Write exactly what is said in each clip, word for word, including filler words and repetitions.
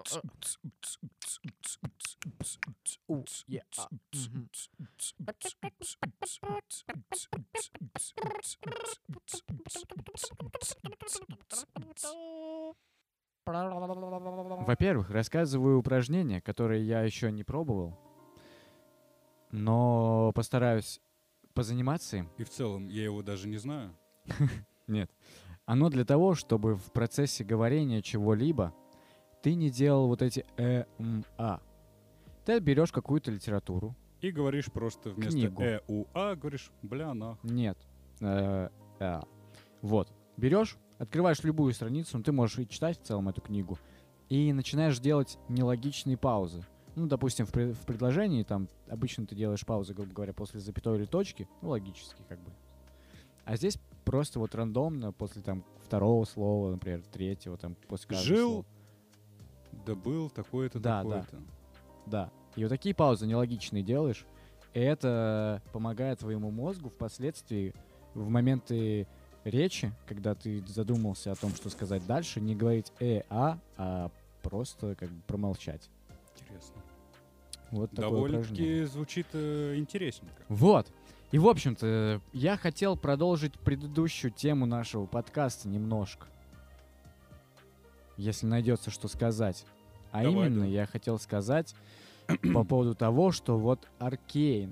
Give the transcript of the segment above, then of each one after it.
Ooh, yeah. uh, mhm. Во-первых, рассказываю упражнения, которые я еще не пробовал, но постараюсь позаниматься им. И в целом, я его даже не знаю. Нет. Оно для того, чтобы в процессе говорения чего-либо ты не делал вот эти э, м, а. Ты берешь какую-то литературу. И говоришь просто вместо Книгу. э, у, а, говоришь, бля, нах. Нет. Э, а. Вот. Берешь, открываешь любую страницу, ну, ты можешь и читать в целом эту книгу, и начинаешь делать нелогичные паузы. Ну, допустим, в, пред- в предложении там обычно ты делаешь паузы, грубо говоря, после запятой или точки, ну, логически как бы. А здесь просто вот рандомно после там второго слова, например, третьего, там после каждого Жил, слова. да был такой-то, Да, такой-то. Да. И вот такие паузы нелогичные делаешь, и это помогает твоему мозгу впоследствии в моменты речи, когда ты задумался о том, что сказать дальше, не говорить «э», «а», а просто как бы промолчать. Интересно. Вот такое упражнение. Довольно-таки звучит э, интересненько. Вот. И, в общем-то, я хотел продолжить предыдущую тему нашего подкаста немножко. Если найдется что сказать. А Давай, именно, давай. я хотел сказать по поводу того, что вот Аркейн.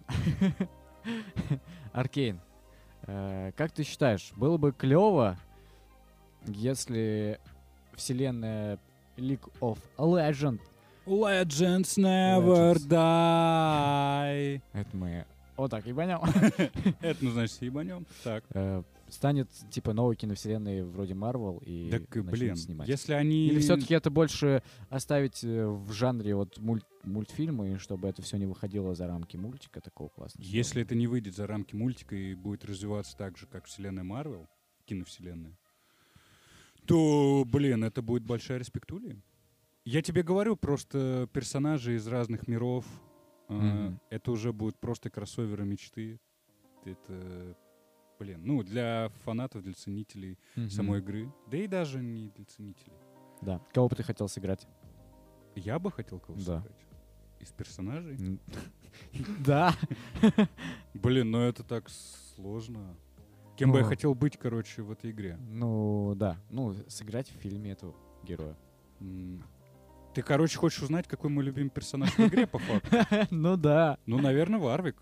Аркейн. Э, Как ты считаешь, было бы клево, если вселенная League of Legends, Legends never Legends. die. это мы вот так ебанем, Это, ну, значит, ебанем. Так. э, станет типа новой киновселенной вроде Marvel и Так, начнут блин, снимать? если они... Или все-таки это больше оставить э, в жанре вот муль- мультфильма, и чтобы это все не выходило за рамки мультика такого классного? Если это не выйдет за рамки мультика и будет развиваться так же, как вселенная Марвел, киновселенная, то, блин, это будет большая респектулия. Я тебе говорю, просто персонажи из разных миров, э, Мгм. это уже будут просто кроссоверы мечты. Это, блин, ну, для фанатов, для ценителей Мгм. самой игры, да и даже не для ценителей. Да. Кого бы ты хотел сыграть? Я бы хотел кого Да. сыграть. Из персонажей? М. Да. Блин, ну это так сложно. Кем бы я Ну. хотел быть, короче, в этой игре? Ну, да. Ну, сыграть в фильме этого героя. М, Ты, короче, хочешь узнать, какой мой любимый персонаж в игре, по факту? Ну да. Ну, наверное, Варвик.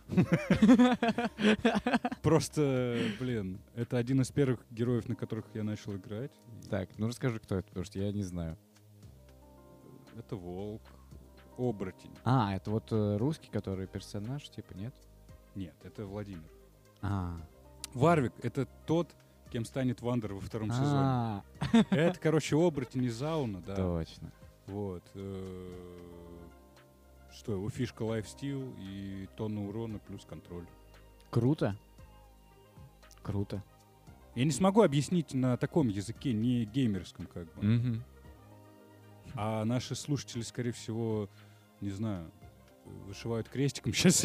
Просто, блин, это один из первых героев, на которых я начал играть. Так, ну расскажи, кто это, потому что я не знаю. Это волк, оборотень. А, это вот э, русский, который персонаж, типа, нет? Нет, это Владимир. А. Варвик — это тот, кем станет Вандер во втором сезоне. А, Это, короче, оборотень из Зауна, да. точно. Вот. э, Что, его фишка лайфстил и тонна урона плюс контроль. Круто. Круто. Я не смогу объяснить на таком языке, не геймерском, как бы. Мгм. А наши слушатели, скорее всего, не знаю, вышивают крестиком сейчас.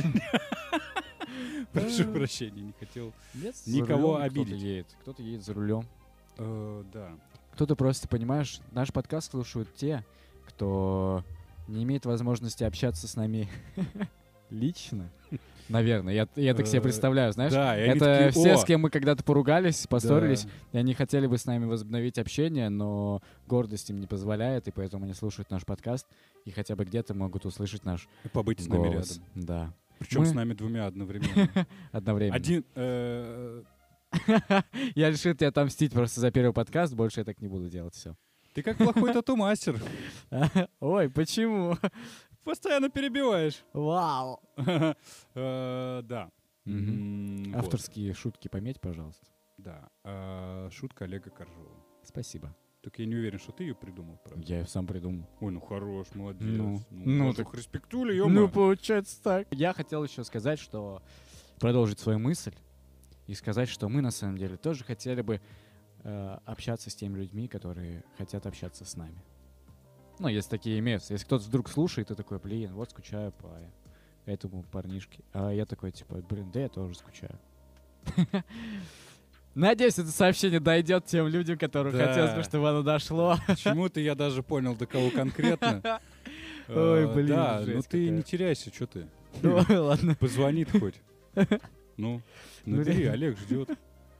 Прошу прощения, не хотел. Нет, за Никого рулем обидеть. Кто-то едет, кто-то едет за рулем. Э, Да. Кто-то просто, понимаешь, наш подкаст слушают те, кто не имеет возможности общаться с нами лично. Наверное, я, я так себе Э, представляю, знаешь? Да, и они Это такие, все, «О, с кем мы когда-то поругались, поссорились, да». и они хотели бы с нами возобновить общение, но гордость им не позволяет, и поэтому они слушают наш подкаст и хотя бы где-то могут услышать наш И побыть с нами голос. рядом. Да. Причем Мы- с нами двумя одновременно. Одновременно. Один, э, Я решил тебе отомстить просто за первый подкаст, больше я так не буду делать, все. ты как плохой тату-мастер. Ой, почему? Постоянно перебиваешь. Вау. Э, Да. Мгм. М, вот. Авторские шутки пометь, пожалуйста. Да. А, Шутка Олега Коржова. Спасибо. Только я не уверен, что ты ее придумал, правда? Я её сам придумал. Ой, ну хорош, молодец. Ну, Ну, ну ну так- так респектули, Ну, ё получается так. Я хотел еще сказать, что продолжить свою мысль и сказать, что мы на самом деле тоже хотели бы э, общаться с теми людьми, которые хотят общаться с нами. Ну, если такие имеются. Если кто-то вдруг слушает и такой, блин, вот скучаю по этому парнишке. А я такой, типа, блин, да я тоже скучаю. Надеюсь, это сообщение дойдет тем людям, которым Да. хотелось бы, чтобы оно дошло. Почему-то я даже понял, до кого конкретно. Ой, Э, блин, Да, ну жесть ты какая. не теряйся, что ты. Ну, ладно. Позвонит хоть. Ну, Ну, набери, ре- Олег ждет.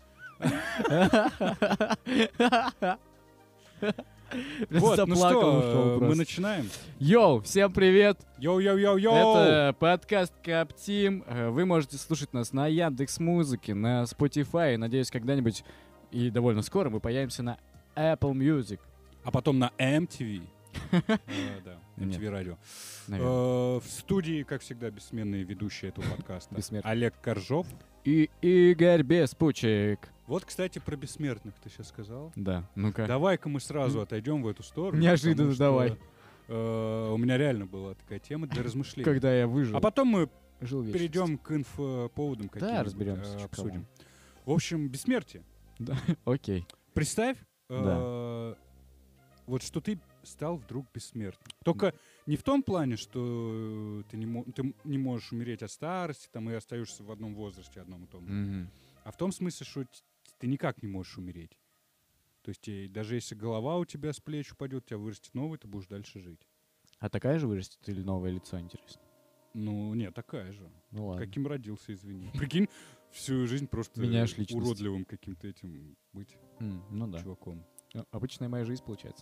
Вот, ну Заплакал, что, ушел э, мы просто. начинаем. Йоу, всем привет! Йоу-йоу-йоу-йоу! Это подкаст Каптим. Э, Вы можете слушать нас на Яндекс.Музыке, на Spotify. Надеюсь, когда-нибудь и довольно скоро мы появимся на Apple Music. А потом на эм ти ви. Э, Да, эм ти ви Нет. радио. Наверное. Э, В студии, как всегда, бессменные ведущие этого подкаста. Бессмертный. Олег Коржов. И Игорь Беспучик. Вот, кстати, про бессмертных ты сейчас сказал. Да, ну-ка. Давай-ка мы сразу М. отойдем в эту сторону. Неожиданно, потому что, давай. э, У меня реально была такая тема для размышлений. Когда я выжил. А потом мы жил вечность. перейдем к инфоповодам каким-нибудь, разберемся, э, чё обсудим. В общем, бессмертие. Окей. Представь, э, вот что ты стал вдруг бессмертным. Только не в том плане, что ты не, мо- ты м- не можешь умереть от старости там, и остаешься в одном возрасте, одном и том же. Мгм. А в том смысле, что т- ты никак не можешь умереть. То есть э, даже если голова у тебя с плеч упадет, у тебя вырастет новый, ты будешь дальше жить. А такая же вырастет или новое лицо, интересно? Ну, нет, такая же. Ну ладно. Каким родился, извини. Прикинь, всю жизнь просто Меняешь э, личность. уродливым каким-то этим быть М, ну да. чуваком. Э, Обычная моя жизнь получается.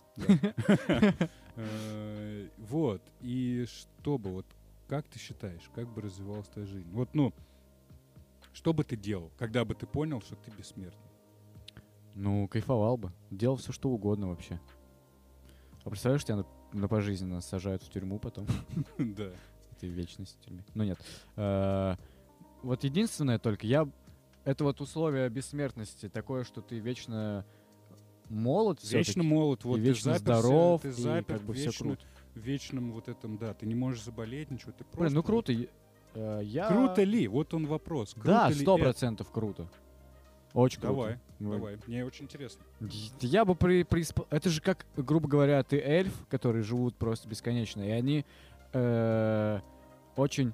Э, Вот. И что бы, вот как ты считаешь, как бы развивалась твоя жизнь? Вот, ну, что бы ты делал, когда бы ты понял, что ты бессмертный? Ну, кайфовал бы. Делал все, что угодно вообще. А представляешь, тебя на, на пожизненно сажают в тюрьму потом? Да. Ты в вечность в тюрьме. Ну нет. Э, Вот единственное только, я... Это вот условие бессмертности такое, что ты вечно молод Вечно всё-таки, молод, вот и ты вечно заперся, здоров, ты и заперт как бы в все вечно- круто. в вечном вот этом, да, ты не можешь заболеть, ничего, ты просто... Блин, ну вот- круто. е- э, Я... Круто ли? Вот он вопрос. Круто Да, ли сто это? процентов круто. Очень Давай, круто. Ну, давай, мне очень интересно. Й- Я бы при, преисп- Это же как, грубо говоря, ты эльф, которые живут просто бесконечно, и они э, очень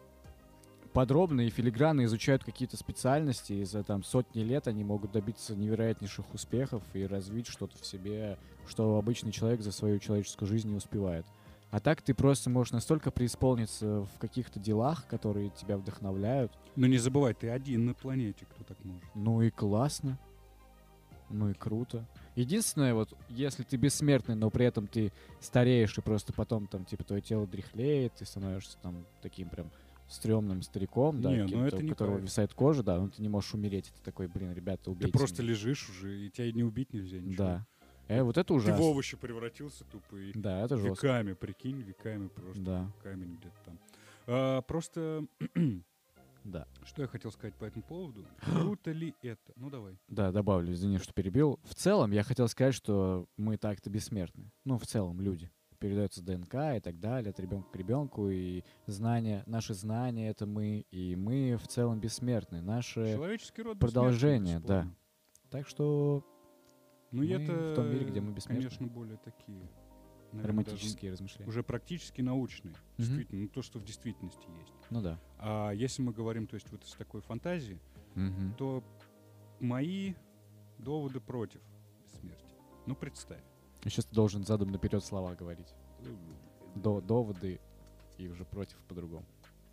подробно и филигранно изучают какие-то специальности, и за там сотни лет они могут добиться невероятнейших успехов и развить что-то в себе, что обычный человек за свою человеческую жизнь не успевает. А так ты просто можешь настолько преисполниться в каких-то делах, которые тебя вдохновляют. Но не забывай, ты один на планете, кто так может. Ну и классно. Ну и круто. Единственное, вот, если ты бессмертный, но при этом ты стареешь, и просто потом там, типа, твое тело дряхлеет, ты становишься там таким прям стрёмным стариком, да, Не, ну каким-то, это у не которого кайф. висает кожа, да, но ты не можешь умереть. Ты такой, блин, ребята, убейте Ты просто меня. лежишь уже, и тебя не убить нельзя, ничего. Да. Э, вот это Ты ужасно. в овощи превратился тупо, и Да, это жестко. веками, прикинь, веками просто Да, камень где-то там. А, просто, да. что я хотел сказать по этому поводу? Круто ли это? Ну, давай. Да, добавлю, извини, что перебил. В целом, я хотел сказать, что мы так-то бессмертны. Ну, в целом, люди. Передается ДНК и так далее, от ребенка к ребенку, и знания, наши знания — это мы, и мы в целом бессмертны. Наши Человеческий род продолжение, бессмертный, да. бесспорно. Так что Ну, и Мы это, в том мире, где мы бессмертны. конечно, более такие, наверное, романтические даже размышления. уже практически научные, Мгм. действительно, ну, то, что в действительности есть. Ну да. А если мы говорим, то есть вот с такой фантазии, Мгм. то мои доводы против бессмертия. Ну, представь. Сейчас ты должен задом наперед слова говорить. До, доводы и уже против по-другому.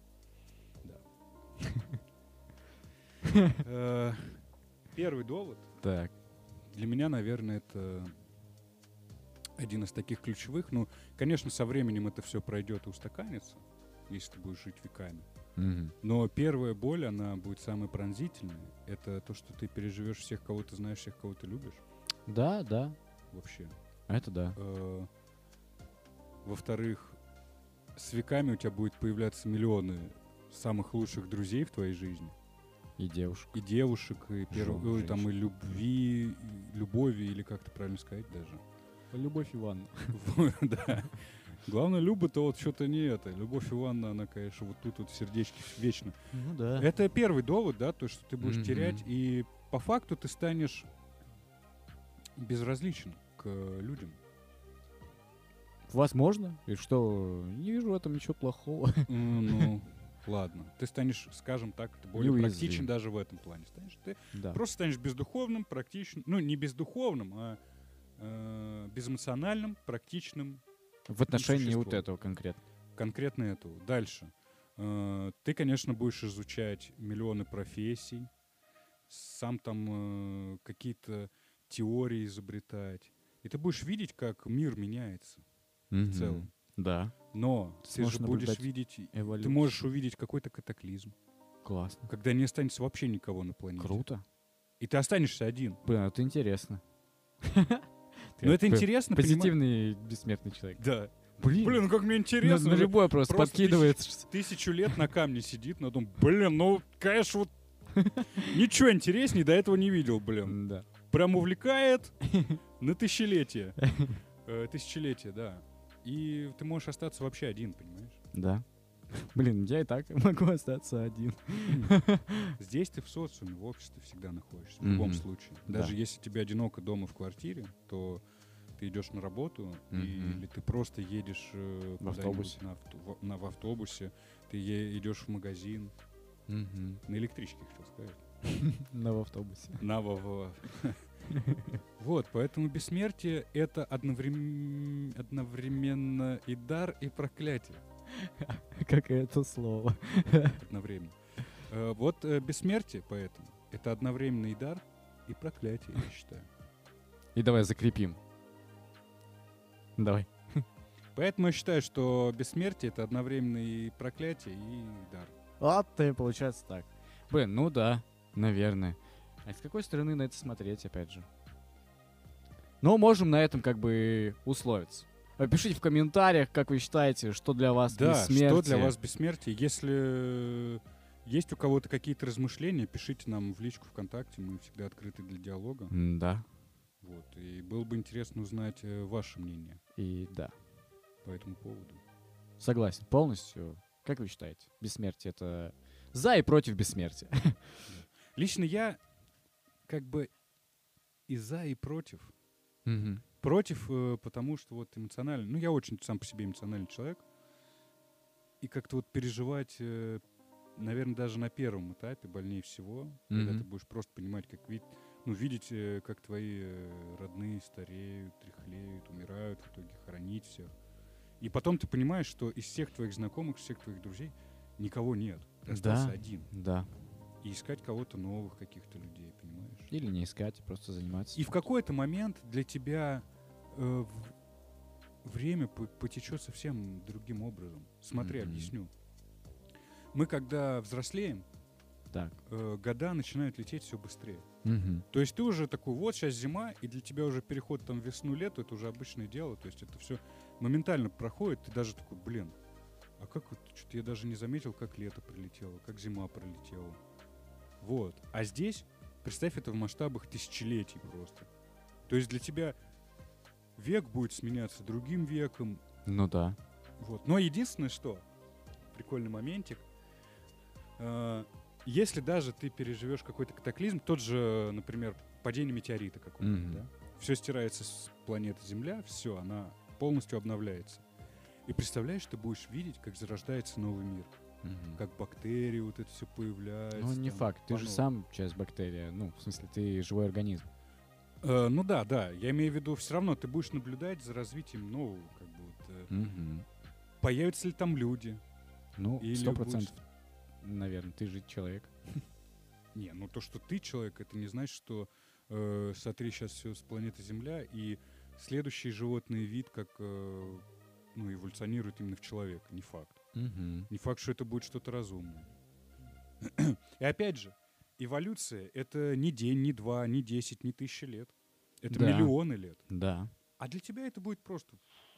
Э, Первый довод Так. для меня, наверное, это один из таких ключевых. Ну, конечно, со временем это все пройдет и устаканится, если ты будешь жить веками. Мгм. Но первая боль, она будет самой пронзительной. Это то, что ты переживешь всех, кого ты знаешь, всех, кого ты любишь. Да, да. Вообще. Это да. Э, Во-вторых, с веками у тебя будет появляться миллионы самых лучших друзей в твоей жизни. И девушка. И девушек, и, перв- Жен- ой, там, и женщин. любви, и любови, или как это правильно сказать даже. Любовь Ивановна. Да. Главное, Люба-то вот что-то не это. Любовь Ивановна, она, конечно, вот тут вот в сердечке вечно. Ну да. Это первый довод, да, то, что ты будешь Мгм. терять, и по факту ты станешь безразличен к людям. Возможно. И что, не вижу в этом ничего плохого. М, Ну, ладно. Ты станешь, скажем так, ты более Неуязвим. практичен даже в этом плане. Станешь, ты Да. просто станешь бездуховным, практичным, ну, не бездуховным, а э, безэмоциональным, практичным, В отношении вот существом. этого конкретно. конкретно этого. Дальше. Э, ты, конечно, будешь изучать миллионы профессий, сам там э, какие-то теории изобретать. И ты будешь видеть, как мир меняется в целом. Да. Но Ты ты сможешь же будешь наблюдать видеть, ты эволюцию. можешь увидеть какой-то катаклизм, Классно. когда не останется вообще никого на планете. Круто. И ты останешься один. Блин, это интересно. Но это П- интересно, понимаешь? Позитивный бессмертный человек. Да. Блин, Блин, ну как мне на, интересно. на уже любой просто, просто подкидывает. Тысячу лет на камне сидит, но думаю, блин, ну, конечно, вот ничего интереснее до этого не видел, блин. Да. Прям увлекает на тысячелетие. Э, Тысячелетие, да. И ты можешь остаться вообще один, понимаешь? Да. Блин, я и так могу остаться один. Здесь ты в социуме, в обществе всегда находишься, в любом Мгм. случае. Да. Даже если тебе одиноко дома в квартире, то ты идешь на работу, и- Мгм. или ты просто едешь э, В куда-нибудь автобусе. на авто- в, на- в автобусе, ты е- идешь в магазин, Мгм. на электричке, хотел сказать. На в автобусе. На во- во- Вот, поэтому бессмертие — это одноврем- одновременно и дар, и проклятие. Как это слово. Одновременно. Э, Вот э, бессмертие, поэтому, это одновременно и дар, и проклятие, я считаю. И давай закрепим. Давай. Поэтому я считаю, что бессмертие — это одновременно и проклятие, и дар. Вот ты, получается так. Блин, ну да, наверное. А с какой стороны на это смотреть, опять же? Но можем на этом как бы условиться. А пишите в комментариях, как вы считаете, что для вас Да, бессмертие. что для вас бессмертие? Если есть у кого-то какие-то размышления, пишите нам в личку ВКонтакте, мы всегда открыты для диалога. Да, Вот. И было бы интересно узнать э, ваше мнение и да. по этому поводу. Согласен, полностью. Как вы считаете? Бессмертие — это за и против бессмертия. Лично я как бы и за, и против. Мгм. Против, э, потому что вот эмоционально, ну я очень сам по себе эмоциональный человек, и как-то вот переживать, э, наверное, даже на первом этапе больнее всего, когда Мгм. ты будешь просто понимать, как вид, ну, видеть, э, как твои э, родные стареют, тряхлеют, умирают, в итоге хоронить всех. И потом ты понимаешь, что из всех твоих знакомых, из всех твоих друзей никого нет. Ты остался Да. один. Да. И искать кого-то новых каких-то людей, понимаешь? Или не искать, просто заниматься. И в какой-то момент для тебя э, в- время по- потечет совсем другим образом. Смотри, Мгм. объясню. Мы, когда взрослеем, Так. э, года начинают лететь все быстрее. Мгм. То есть ты уже такой, вот сейчас зима, и для тебя уже переход там в весну-лето, это уже обычное дело. То есть это все моментально проходит. Ты даже такой, блин, а как вот, что-то я даже не заметил, как лето прилетело, как зима пролетела. Вот. А здесь, представь это в масштабах тысячелетий просто. То есть для тебя век будет сменяться другим веком. Ну да. Вот. Но единственное, что, прикольный моментик, э, если даже ты переживешь какой-то катаклизм, тот же, например, падение метеорита какого-то, Мгм. да, все стирается с планеты Земля, все, она полностью обновляется. И представляешь, ты будешь видеть, как зарождается новый мир. Мгм. Как бактерии, вот это все появляется. Ну, не там, факт. Ты же по-новому. сам часть бактерии. Ну, в смысле, ты живой организм. Э, ну да, да. Я имею в виду, все равно ты будешь наблюдать за развитием нового, как бы вот. э, Мгм. появятся ли там люди? Ну, Или сто будет- процентов, наверное, ты же человек. Не, ну то, что ты человек, это не значит, что э, сотри сейчас все с планеты Земля, и следующий животный вид как э, ну, эволюционирует именно в человека. Не факт. Мгм. Не факт, что это будет что-то разумное. И опять же, эволюция — это не день, не два, не десять, не тысяча лет. Это Да. миллионы лет. Да. А для тебя это будет просто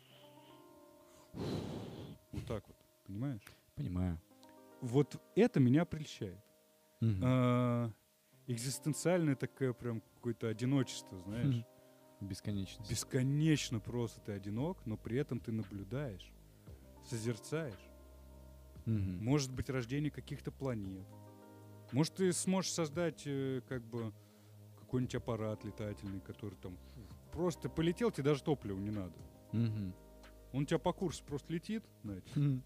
вот так вот, понимаешь? Понимаю. Вот это меня прельщает. Мгм. А, экзистенциальное такое прям какое-то одиночество, знаешь. Хм. Бесконечность. Бесконечно просто ты одинок, но при этом ты наблюдаешь, созерцаешь. Мгм. Может быть, рождение каких-то планет. Может, ты сможешь создать э, как бы какой-нибудь аппарат летательный, который там фу, просто полетел, тебе даже топлива не надо. Мгм. Он у тебя по курсу просто летит, знаете, Хм.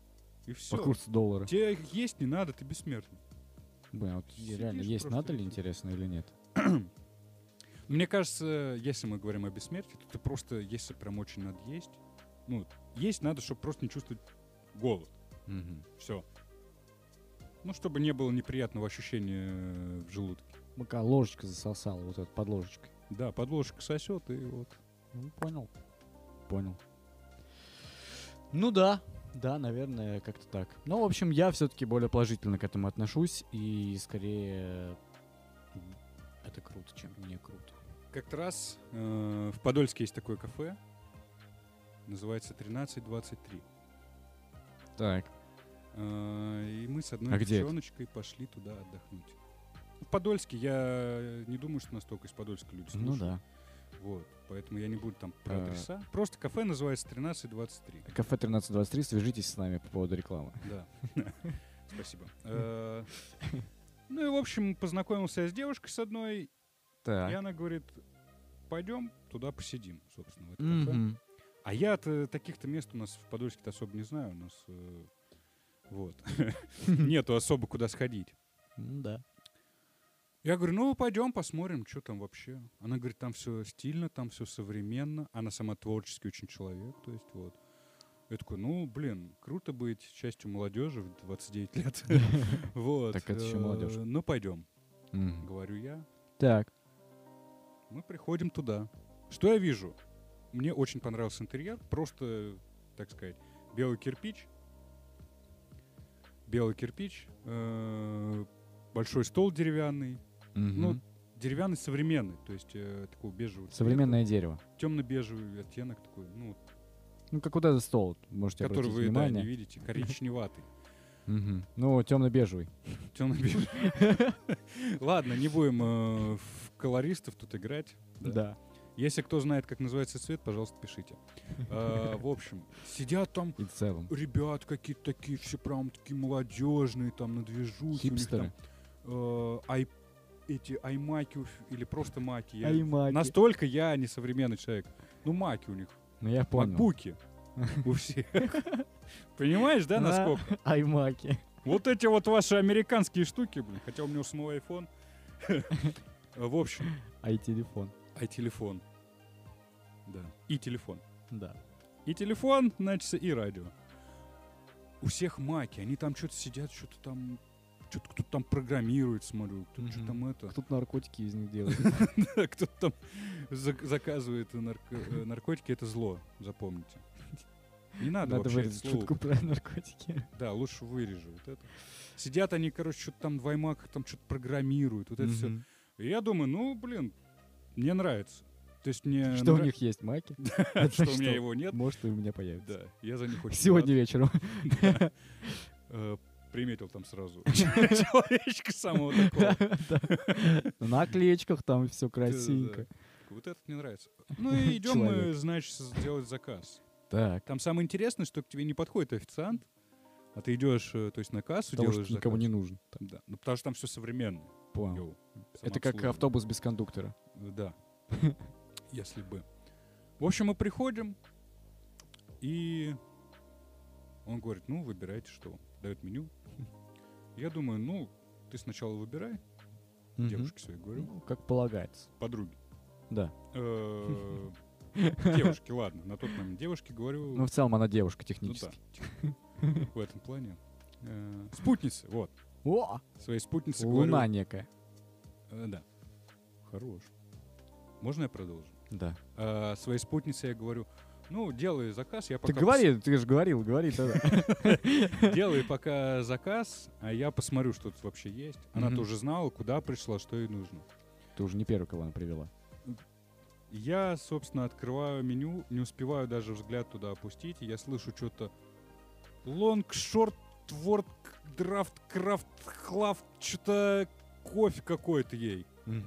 И все. По курсу доллара. Тебе есть не надо, ты бессмертный. Блин, вот Сидишь реально есть просто надо ли и всё. интересно или нет? Мне кажется, если мы говорим о бессмертии, то ты просто, если прям очень надо есть, ну, есть надо, чтобы просто не чувствовать голод. Мгм. Все. Ну, чтобы не было неприятного ощущения э, в желудке. Мука ложечка засосала, вот это под ложечкой. Да, подложка сосет, и вот. Ну, понял. Понял. Ну да, да, наверное, как-то так. Но, в общем, я все-таки более положительно к этому отношусь, и скорее м, это круто, чем не круто. Как-то раз э, в Подольске есть такое кафе, называется тринадцать двадцать три. Так. Э, и мы с одной А где это? девчоночкой пошли туда отдохнуть. В Подольске, я не думаю, что настолько из Подольска люди слушают. Ну да. Вот, поэтому я не буду там про А. адреса. Просто кафе называется тринадцать двадцать три. Кафе тринадцать двадцать три, свяжитесь с нами по поводу рекламы. Да. Спасибо. Э, Ну и, в общем, познакомился я с девушкой с одной, и Так. она говорит, пойдем туда посидим, собственно, в это кафе. Мгм. А я-то таких-то мест у нас в Подольске-то особо не знаю. У нас э, вот нету особо куда сходить. Ну да. Я говорю, ну пойдем посмотрим, что там вообще. Она говорит, там все стильно, там все современно. Она сама творческий очень человек, то есть вот. Я такой, ну блин, круто быть частью молодежи в двадцать девять лет. Вот. Так это ещё э, молодежь. Ну пойдем, Мгм. говорю я. Так. Мы приходим туда. Что я вижу? Мне очень понравился интерьер. Просто, так сказать, белый кирпич. Белый кирпич. э, Большой стол деревянный. Мгм. Ну, деревянный современный. То есть э, такого бежевого цвета. Современное дерево. Темно-бежевый оттенок такой. Ну, Ну, как вот этот стол, можете который обратить вы, да, внимание. не видите. Коричневатый. Мгм. Ну, темно-бежевый. Темно-бежевый. Ладно, не будем э, в колористов тут играть. да. Да. Если кто знает, как называется цвет, пожалуйста, пишите. А, В общем, сидят там И в целом. ребят какие-то такие, все прям такие молодежные, там, на движухе. У них Хипстеры. там э, ай- эти аймаки у ф- или просто маки. Я- Аймаки. Настолько я не современный человек. Ну, маки у них. Ну, я понял. Макбуки у всех. Понимаешь, да, Да. насколько? Аймаки. Вот эти вот ваши американские штуки, блин. Хотя у меня самого iPhone. В общем, Ай-телефон. а телефон. Да. И телефон. Да. И телефон, значит, и радио. У всех маки, они там что-то сидят, что-то там, что-то кто-то там программирует, смотрю, кто-то что Мгм. там это, Кто-то наркотики из них делает. Да, кто-то там зак- заказывает нарко- э, наркотики, это зло, запомните. Не надо, Надо вообще это вырезать слово. шутку про наркотики. Да, лучше вырежу вот это. Сидят они, короче, что-то там в аймаках, там что-то программируют, вот это все. Мгм. И я думаю, ну, блин, мне нравится. То есть мне Что у нра- них есть маки? что у меня что? его нет. Может, и у меня появится. Да, я за них очень Сегодня вечером. рад. Э, Приметил там сразу человечка самого такого. Да. На клеечках там все красивенько. Да-да-да. Вот этот мне нравится. Ну и идем мы, Человек. значит, сделать заказ. Так. Там самое интересное, что к тебе не подходит официант, а ты идешь, э, то есть на кассу Потому делаешь что никому заказ. не нужен. Да, ну потому что там все современное. Понял. Йоу, Это как самообслуживание. автобус без кондуктора. Да. Если бы. В общем, мы приходим, и он говорит, ну, выбирайте, что. Дает меню. Я думаю, ну, ты сначала выбирай, Мгм. девушке своей говорю, Ну, как полагается. подруге. Да. Э, Девушки, ладно, на тот момент девушке говорю, Ну, в целом она девушка ну да, технически. в этом плане. Э, Спутницы, вот. О! Своей спутнице говорю. Луна некая. э, Да. Хорош. Можно я продолжу? Да. А, своей спутнице я говорю, ну, делай заказ, я Ты пока... говори, ты же говорил, говори тогда. пос- Делай пока заказ, а я посмотрю, что тут вообще есть. Она Мгм. тоже знала, куда пришла, что ей нужно. Ты уже не первый, кого она привела. Я, собственно, открываю меню, не успеваю даже взгляд туда опустить, и я слышу что-то лонг, шорт, ворд, драфт, крафт, хлафт, что-то кофе какой-то ей.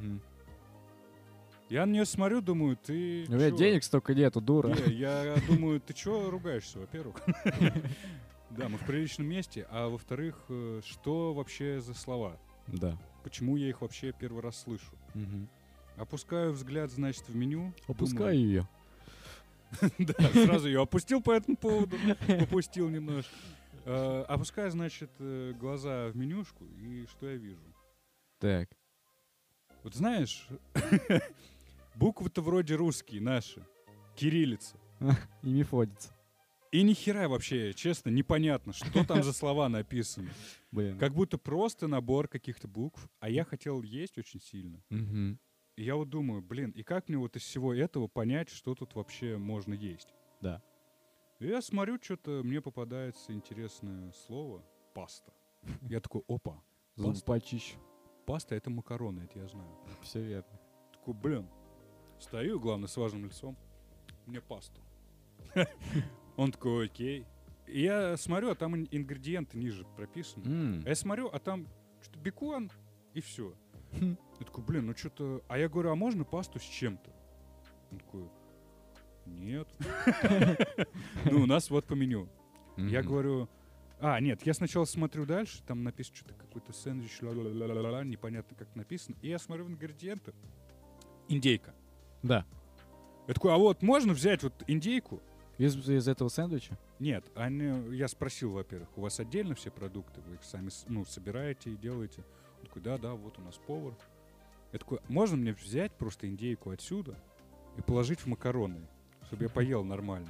Я на нее смотрю, думаю, ты... У меня чё? денег столько нету, дура. Не, я думаю, ты чё ругаешься, во-первых? Да, мы в приличном месте, а во-вторых, э, что вообще за слова? Да. Почему я их вообще первый раз слышу? Мгм. Опускаю взгляд, значит, в меню. Опускай ее. думаю- Да, сразу ее опустил по этому поводу, попустил немножко. Э, Опускаю, значит, э, глаза в менюшку, и что я вижу? Так. Вот знаешь, буквы-то вроде русские, наши, кириллица. И мефодица. И ни хера вообще, честно, непонятно, что там за слова написаны. Блин. Как будто просто набор каких-то букв, а я хотел есть очень сильно. Мгм. И я вот думаю, блин, и как мне вот из всего этого понять, что тут вообще можно есть? Да. И я смотрю, что-то мне попадается интересное слово — паста. Я такой, опа, Зубы паста. почищу. Паста — это макароны, это я знаю. Все верно. Такой, блин, стою, главное, с важным лицом, мне пасту. Он такой, окей. И я смотрю, а там ин- ингредиенты ниже прописаны. М. А я смотрю, а там что-то бекон и все. Хм. Я такой, блин, ну что-то... А я говорю, а можно пасту с чем-то? Он такой, нет. Ну, у нас вот по меню. Я Мгм. говорю, а, нет, я сначала смотрю дальше, там написано что-то, какой-то сэндвич, ла-ла-ла-ла-ла, непонятно как написано. И я смотрю в ингредиенты. Индейка. Да. Я такой, а вот можно взять вот индейку? Из, из этого сэндвича? Нет, они, я спросил, во-первых, у вас отдельно все продукты, вы их сами с- ну, собираете и делаете? Он такой, да, да, вот у нас повар. Я такой, можно мне взять просто индейку отсюда и положить в макароны, чтобы я поел нормально?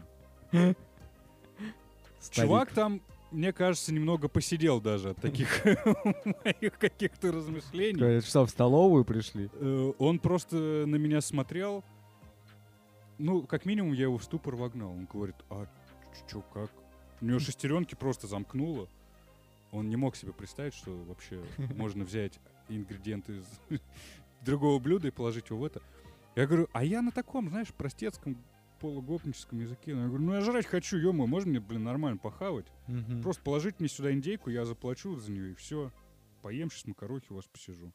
Чувак там, мне кажется, немного посидел даже от таких моих каких-то размышлений. Говорит, что в столовую пришли? Э, Он просто на меня смотрел. Ну, как минимум, я его в ступор вогнал. Он говорит, а чё, как? У него шестеренки просто замкнуло. Он не мог себе представить, что вообще можно взять ингредиенты из другого блюда и положить его в это. Я говорю, а я на таком, знаешь, простецком полугопническом языке. Я говорю, ну я жрать хочу, ё-моё, можно мне, блин, нормально похавать? Мгм. Просто положить мне сюда индейку, я заплачу за нее и все. Поем сейчас макарохи, у вас посижу.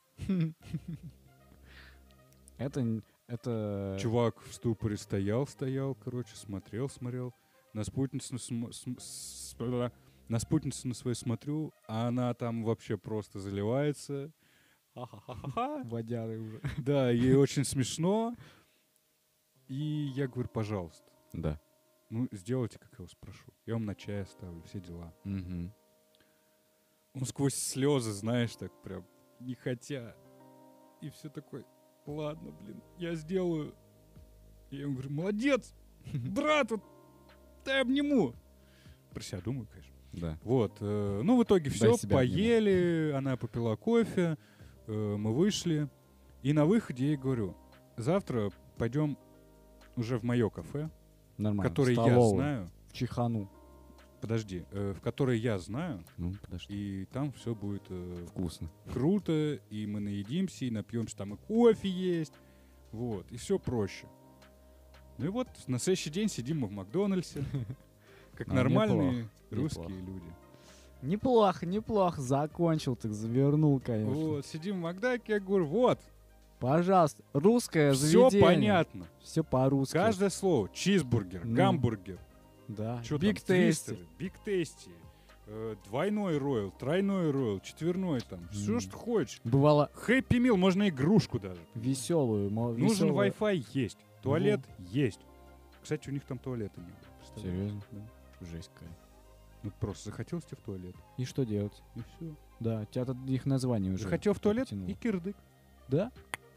Это... н- Это... Чувак в ступоре стоял, стоял, короче, смотрел, смотрел. На спутницу, см- см- с- бла- на спутницу на свою смотрю, а она там вообще просто заливается. Ха-ха-ха-ха. Водяры уже. Да, ей очень смешно. И я говорю, пожалуйста, Да. ну сделайте, как я вас прошу. Я вам на чай оставлю, все дела. Мгм. Он сквозь слезы, знаешь, так прям, не хотя. И все такой, ладно, блин, я сделаю. И я ему говорю, молодец, брат, вот, дай обниму. Про себя думаю, конечно. Да. Вот, э, ну, в итоге Дай все, себя обниму. поели, она попила кофе, э, мы вышли. И на выходе я ей говорю, завтра пойдем уже в мое кафе, Нормально. которое я Столовую. знаю. В Чихану. Подожди, э, в которое я знаю, Ну, подожди. и там все будет э, Вкусно. круто, и мы наедимся, и напьемся, там и кофе есть, вот, и все проще. Ну и вот на следующий день сидим мы в Макдональдсе, как А, нормальные неплохо, русские неплохо. люди. Неплохо, неплохо. Закончил, так завернул, конечно. Вот, сидим в Макдаке, я говорю, вот, Пожалуйста. Русское все заведение. понятно. Все по-русски. Каждое слово. Чизбургер, Ну, гамбургер, Да. что Биг там, тейсти. твистеры, биг тейсти, э, двойной ройл, тройной ройл, четверной там, все, М. что хочешь. Бывало Хэппи мил, можно игрушку даже. веселую. Нужен Wi-Fi, есть. Туалет, есть. Кстати, у них там туалета не было. представляешь? Серьезно? Да. Жесть какая. Ну, просто захотелось тебе в туалет, И что делать? и все. Да, тебя тут их название уже. Захотел в туалет, подтянуло. и кирдык. Да?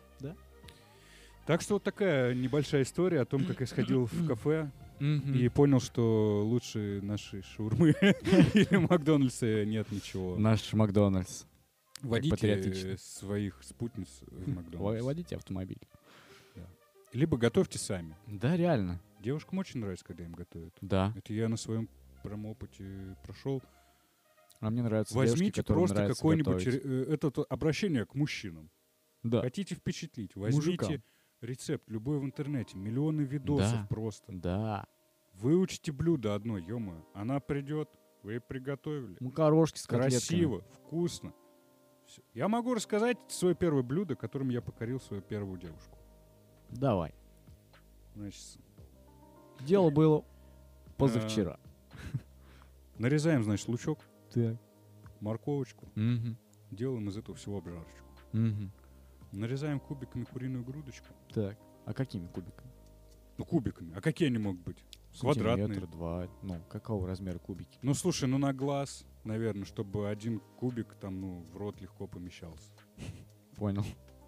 Так что вот такая небольшая история о том, как я сходил в кафе и И понял, что лучше нашей шаурмы или Макдональдса нет ничего. наш Макдональдс. Водите патриотично. своих спутниц в Во- Макдональдс. Водите автомобиль. Либо готовьте сами. Да, реально. Девушкам очень нравится, когда им готовят. Да. Это я на своем прям опыте прошел. А мне нравятся Возьмите девушки, которым просто нравится какое-нибудь готовить. ре- э, это то- обращение к мужчинам. Да. Хотите впечатлить? Возьмите Мужикам. рецепт любой в интернете, миллионы видосов Да. просто. Да. Выучите блюдо одно, ё Она придет, вы ей приготовили. Макарошки с котлетками. Красиво, вкусно. Всё. Я могу рассказать свое первое блюдо, которым я покорил свою первую девушку. Давай. Значит, Дело было позавчера. нарезаем, значит, лучок, Так. морковочку, Мгм. делаем из этого всего обжарочку. Мгм. Нарезаем кубиками куриную грудочку. Так. А какими кубиками? Ну, кубиками. А какие они могут быть? Квадратные. Сантиметр, два. Ну, какого размера кубики? Ну, слушай, ну на глаз, наверное, чтобы один кубик там, ну, в рот легко помещался. Понял.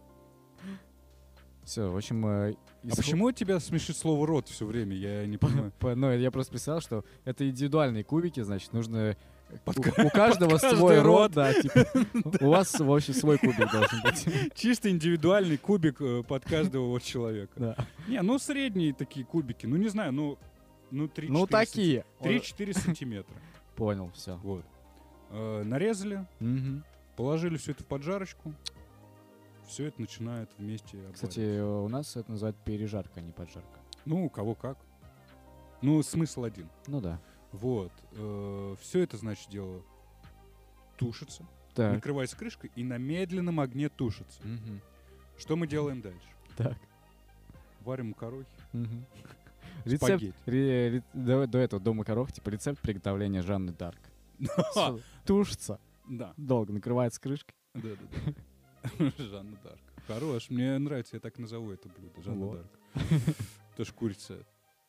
Все, в общем... э, А исход- почему тебя смешит слово «рот» все время? Я не понимаю. По- Ну, я просто представил, что это индивидуальные кубики, значит, нужно... Под У, ка- у каждого под каждый свой рот. рот, да, типа. У вас, в общем, свой кубик должен быть. Чисто индивидуальный кубик э, под каждого вот человека. Да. Не, ну средние такие кубики, ну не знаю, ну, ну три-четыре Ну, такие. три-четыре сантиметра. Понял, все. Вот. Э, нарезали, положили все это в поджарочку. Все это начинает вместе Кстати, обвариваться. у нас это называют пережарка, а не поджарка. Ну, у кого как. Ну, смысл один. Ну да. Вот. Все это, значит, дело тушится, Так. накрывается крышкой и на медленном огне тушится. Мгм. Что мы делаем дальше? Так. Варим макарохи. Мгм. Рецепт Спагетти. ре- ре- до, до этого, до макарох, типа рецепт приготовления Жанны Дарк. Всё Тушится, Да. долго накрывается крышкой. Да-да-да. Жанна Дарк. Хорош, мне нравится, я так назову это блюдо. Жанна Вот. Дарк. Тоже курица.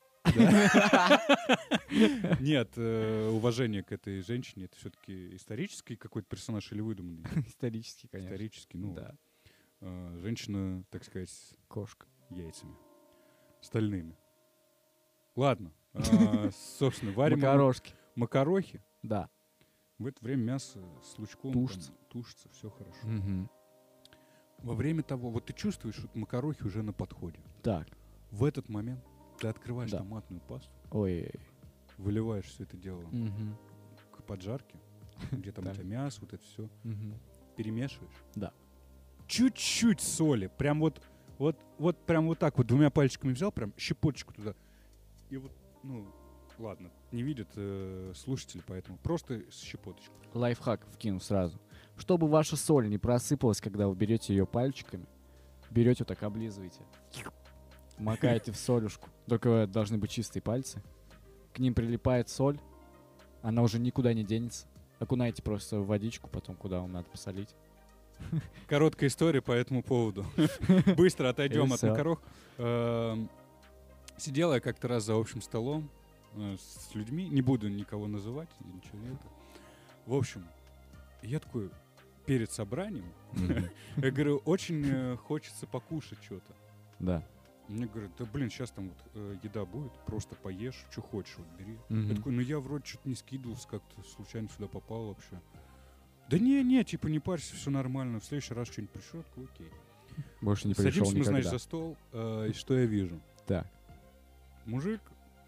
Нет, э, уважение к этой женщине, это все-таки исторический какой-то персонаж или выдуманный? Исторически, конечно. Исторический, ну, Да. э, женщина, так сказать, с Кошка. яйцами. Стальными. Ладно. а, Собственно, варим Макарошки. макарохи. Да. В это время мясо с лучком Тушится. там тушится, все хорошо. Мгм. Во время того, вот ты чувствуешь, что макарохи уже на подходе. Так. В этот момент ты открываешь Да. томатную пасту, Ой. выливаешь все это дело Мгм. к поджарке, где там у Так. тебя мясо, вот это все, Мгм. перемешиваешь. Да. Чуть-чуть соли, прям вот, вот, вот прям вот так вот двумя пальчиками взял, прям щепоточку туда. И вот, ну, ладно, не видят э, слушатели, поэтому просто с щепоточку. Лайфхак вкину сразу. Чтобы ваша соль не просыпалась, когда вы берете ее пальчиками, берете вот так, облизываете. Макаете в солюшку. Только должны быть чистые пальцы. К ним прилипает соль. Она уже никуда не денется. Окунаете просто в водичку, потом куда вам надо посолить. Короткая история по этому поводу. Быстро отойдем И от всё. макарох. Эм, Сидел я как-то раз за общим столом э, с людьми, не буду никого называть, ничего не это. В общем, я такой перед собранием, я говорю, очень э, хочется покушать что-то. Да. Мне говорят, да блин, сейчас там вот э, еда будет, просто поешь, что хочешь, вот бери. Мгм. Я такой, ну я вроде что-то не скидывался, как-то случайно сюда попал вообще. Да не, не, типа не парься, все нормально, в следующий раз что-нибудь пришло, такой, окей. Больше не пришел Садимся мы, никогда. значит, за стол, э, и что я вижу? Так. Мужик,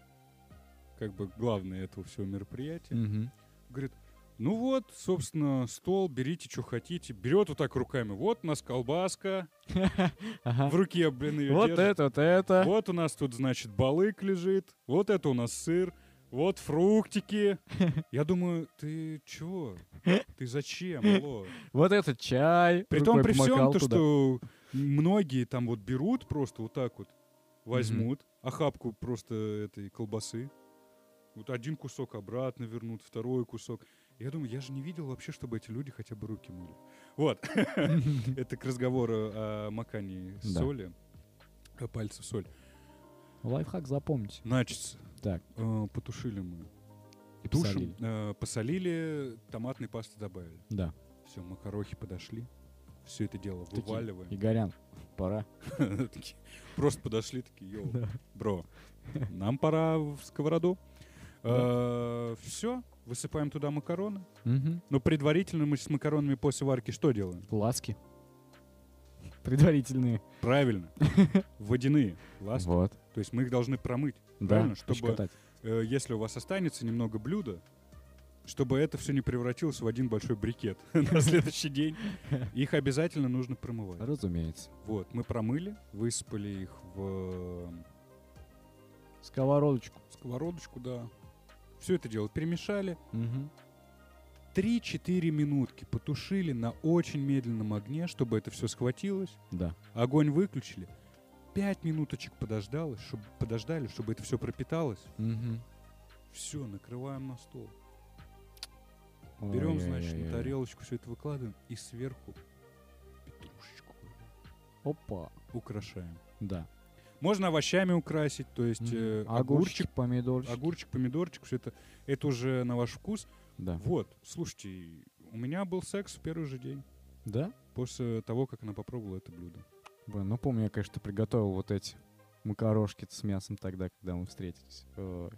как бы главный этого всего мероприятия, Мгм. говорит, ну вот, собственно, стол, берите, что хотите. Берет вот так руками, вот у нас колбаска, Ага. в руке, блин, ее Вот держит. это, вот это. Вот у нас тут, значит, балык лежит, вот это у нас сыр, вот фруктики. Я думаю, ты чего? Ты зачем? Алло? Вот этот чай. При том, рукой при всем, помакал то, туда. что многие там вот берут просто вот так вот, возьмут охапку просто этой колбасы, вот один кусок обратно вернут, второй кусок. Я думаю, я же не видел вообще, чтобы эти люди хотя бы руки мыли. Вот. Это к разговору о макании Да. соли, о пальцев соль. Лайфхак запомните. Значит, Так. э, потушили мы. И Тушим, посолили. э, посолили, томатной пасты добавили. Да. Все, макарохи подошли. Все это дело Такие, вываливаем. Игорян, пора. Такие, просто подошли, такие, йоу, Да. бро, нам пора в сковороду. Все, высыпаем туда макароны. Мгм. Но предварительно мы с макаронами после варки что делаем? Ласки. Предварительные. Правильно, водяные ласки. Вот. То есть мы их должны промыть. Да. Правильно, чтобы- пощекотать. Э, Если у вас останется немного блюда, чтобы это все не превратилось в один большой брикет на следующий день, их обязательно нужно промывать. Разумеется. Вот, мы промыли, высыпали их в Сковородочку. сковородочку, да. Все это дело перемешали. Мгм. три-четыре минутки потушили на очень медленном огне, чтобы это все схватилось. Да. Огонь выключили. Пять минуточек подождали, чтобы, подождали, чтобы это все пропиталось. Мгм. Все, накрываем на стол. Берем, значит, на Ой-ой-ой-ой. тарелочку все это выкладываем и сверху петрушечку кладем. Опа. Украшаем. Да. Можно овощами украсить, то есть э, огурчик, Огурчик, помидорчик. огурчик, помидорчик, все это, это уже на ваш вкус. Да. Вот, слушайте, у меня был секс в первый же день, Да? после того, как она попробовала это блюдо. Блин, ну помню, я, конечно, приготовил вот эти макарошки с мясом тогда, когда мы встретились. Ой.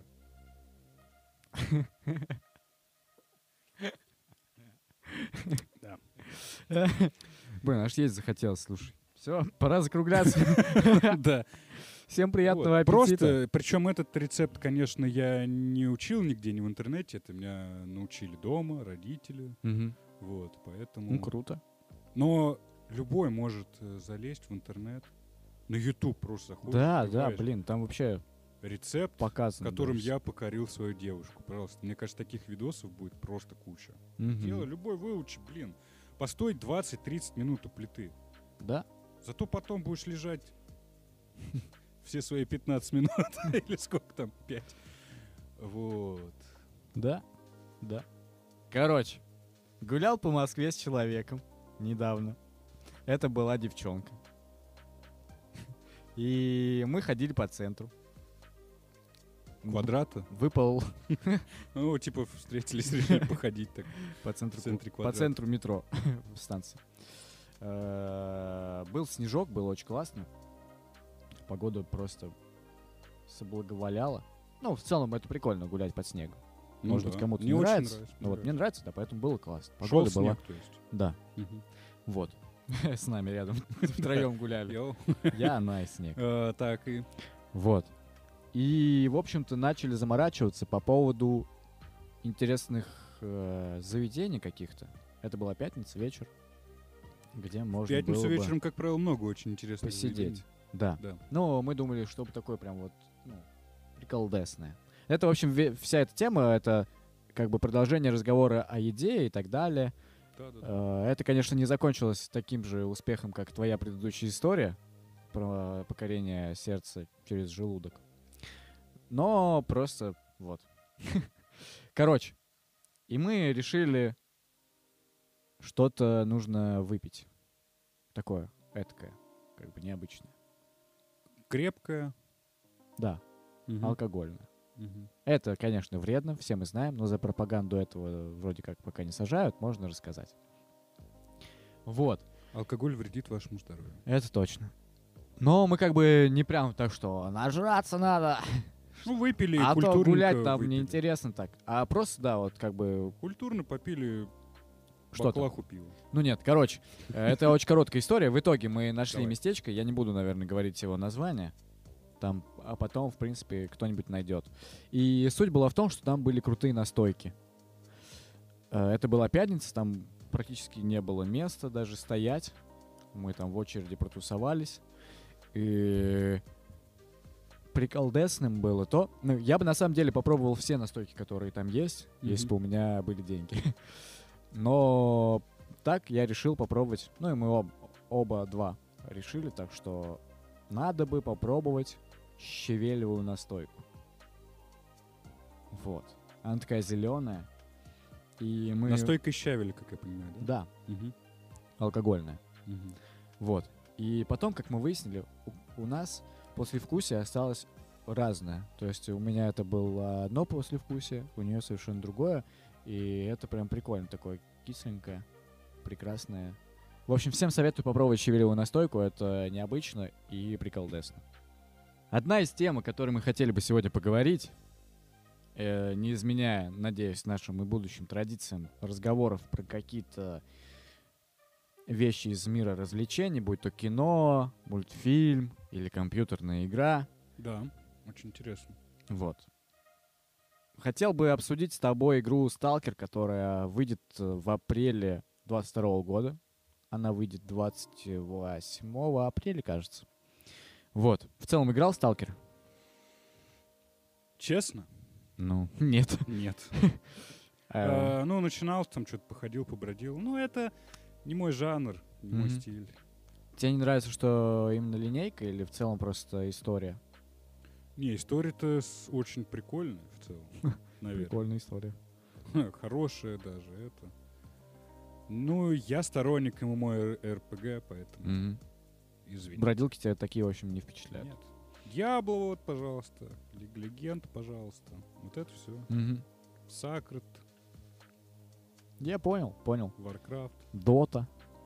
Да. Блин, аж есть захотелось, слушай. Все, пора закругляться. Да. Всем приятного Вот. аппетита. Просто, причем этот рецепт, конечно, я не учил нигде, ни в интернете, это меня научили дома, родители, Мгм. вот, поэтому... Ну, круто. Но любой может э, залезть в интернет, на YouTube просто заходишь, Да, да, вбиваешь блин, там вообще рецепт, показано. которым даже я покорил свою девушку. Пожалуйста, мне кажется, таких видосов будет просто куча. Мгм. Дело любой выучи, блин. Постой двадцать-тридцать минут у плиты. Да? Зато потом будешь лежать все свои пятнадцать минут или сколько там, пять. Вот. Да? Да. Короче, гулял по Москве с человеком недавно. Это была девчонка. И мы ходили по центру. Квадрата? Выпал Ну, типа встретились, решили походить так. по центру, В центре по квадрата. центру метро в станции. Э, Был снежок, было очень классно. Погода просто соблаговоляла. Ну, в целом, это прикольно гулять под снегом. Ну Может да. быть, кому-то Мне не очень нравится. нравится, Но вот мне нравится. нравится, да, поэтому было классно. Шел Погода была. снег, то есть. Да, Мгм. вот. С нами рядом втроем гуляли. Йоу. Я, она и снег. Э, Так, и... Вот. И, в общем-то, начали заморачиваться по поводу интересных э, заведений каких-то. Это была пятница, вечер, где В можно пятницу было бы вечером, как правило, много очень интересных посидеть. заведений. Да. Да. Но мы думали, чтобы такое прям вот, ну, приколдесное. Это, в общем, ве- вся эта тема, это как бы продолжение разговора о еде и так далее. Да, да, да. Э, Это, конечно, не закончилось таким же успехом, как твоя предыдущая история про покорение сердца через желудок. Но просто вот. Короче, и мы решили, что-то нужно выпить. Такое, этакое, как бы необычное. Крепкая. Да, Мгм. алкогольное. Мгм. Это, конечно, вредно, все мы знаем, но за пропаганду этого вроде как пока не сажают, можно рассказать. Вот, Алкоголь вредит вашему здоровью. это точно. Но мы как бы не прям так, что нажраться надо, Ну, выпили, а то культурненько гулять там выпили. неинтересно так. А просто, да, вот как бы Культурно попили что-то. баклаху пива. Ну нет, короче, э, это очень короткая история. В итоге мы нашли Давай. местечко, я не буду, наверное, говорить его название, там, а потом, в принципе, кто-нибудь найдет. И суть была в том, что там были крутые настойки. Э, Это была пятница, там практически не было места даже стоять. Мы там в очереди протусовались. И приколдесным было то... Ну, я бы на самом деле попробовал все настойки, которые там есть, если Мгм. бы у меня были деньги. Но так я решил попробовать. Ну и мы об- оба два решили, так что надо бы попробовать щавелевую настойку. Вот. Она такая зеленая. И мы... Настойка из щавеля, как я понимаю, да? Да, Мгм. алкогольная. Мгм. Вот. И потом, как мы выяснили, у, у нас послевкусие осталось разное. То есть у меня это было одно послевкусие, у нее совершенно другое. И это прям прикольно, такое кисленькое, прекрасное. В общем, всем советую попробовать щавелевую настойку. Это необычно и приколдесно. Одна из тем, о которой мы хотели бы сегодня поговорить, э, не изменяя, надеюсь, нашим и будущим традициям разговоров про какие-то вещи из мира развлечений, будь то кино, мультфильм или компьютерная игра. Да, очень интересно. Вот. Хотел бы обсудить с тобой игру Stalker, которая выйдет э, в апреле двадцать второго года. Она выйдет двадцать восьмого апреля, кажется. Вот. В целом играл в Stalker? Честно? Ну, нет. Нет. Э, А, Ну, начинал, там что-то походил, побродил. Ну, это не мой жанр, не мой Мгм. стиль. Тебе не нравится, что именно линейка или в целом просто история? Не, история-то с- очень прикольная в целом, наверное. Прикольная история. Хорошая даже это. Ну, я сторонник ММО эр пэ гэ, поэтому Мгм. извини. Бродилки тебя такие, в общем, не впечатляют. Нет. Дьябло, вот, пожалуйста. Лига Легенд, пожалуйста. Вот это все. Мгм. Сакрет, Я понял, понял. Warcraft. Дота.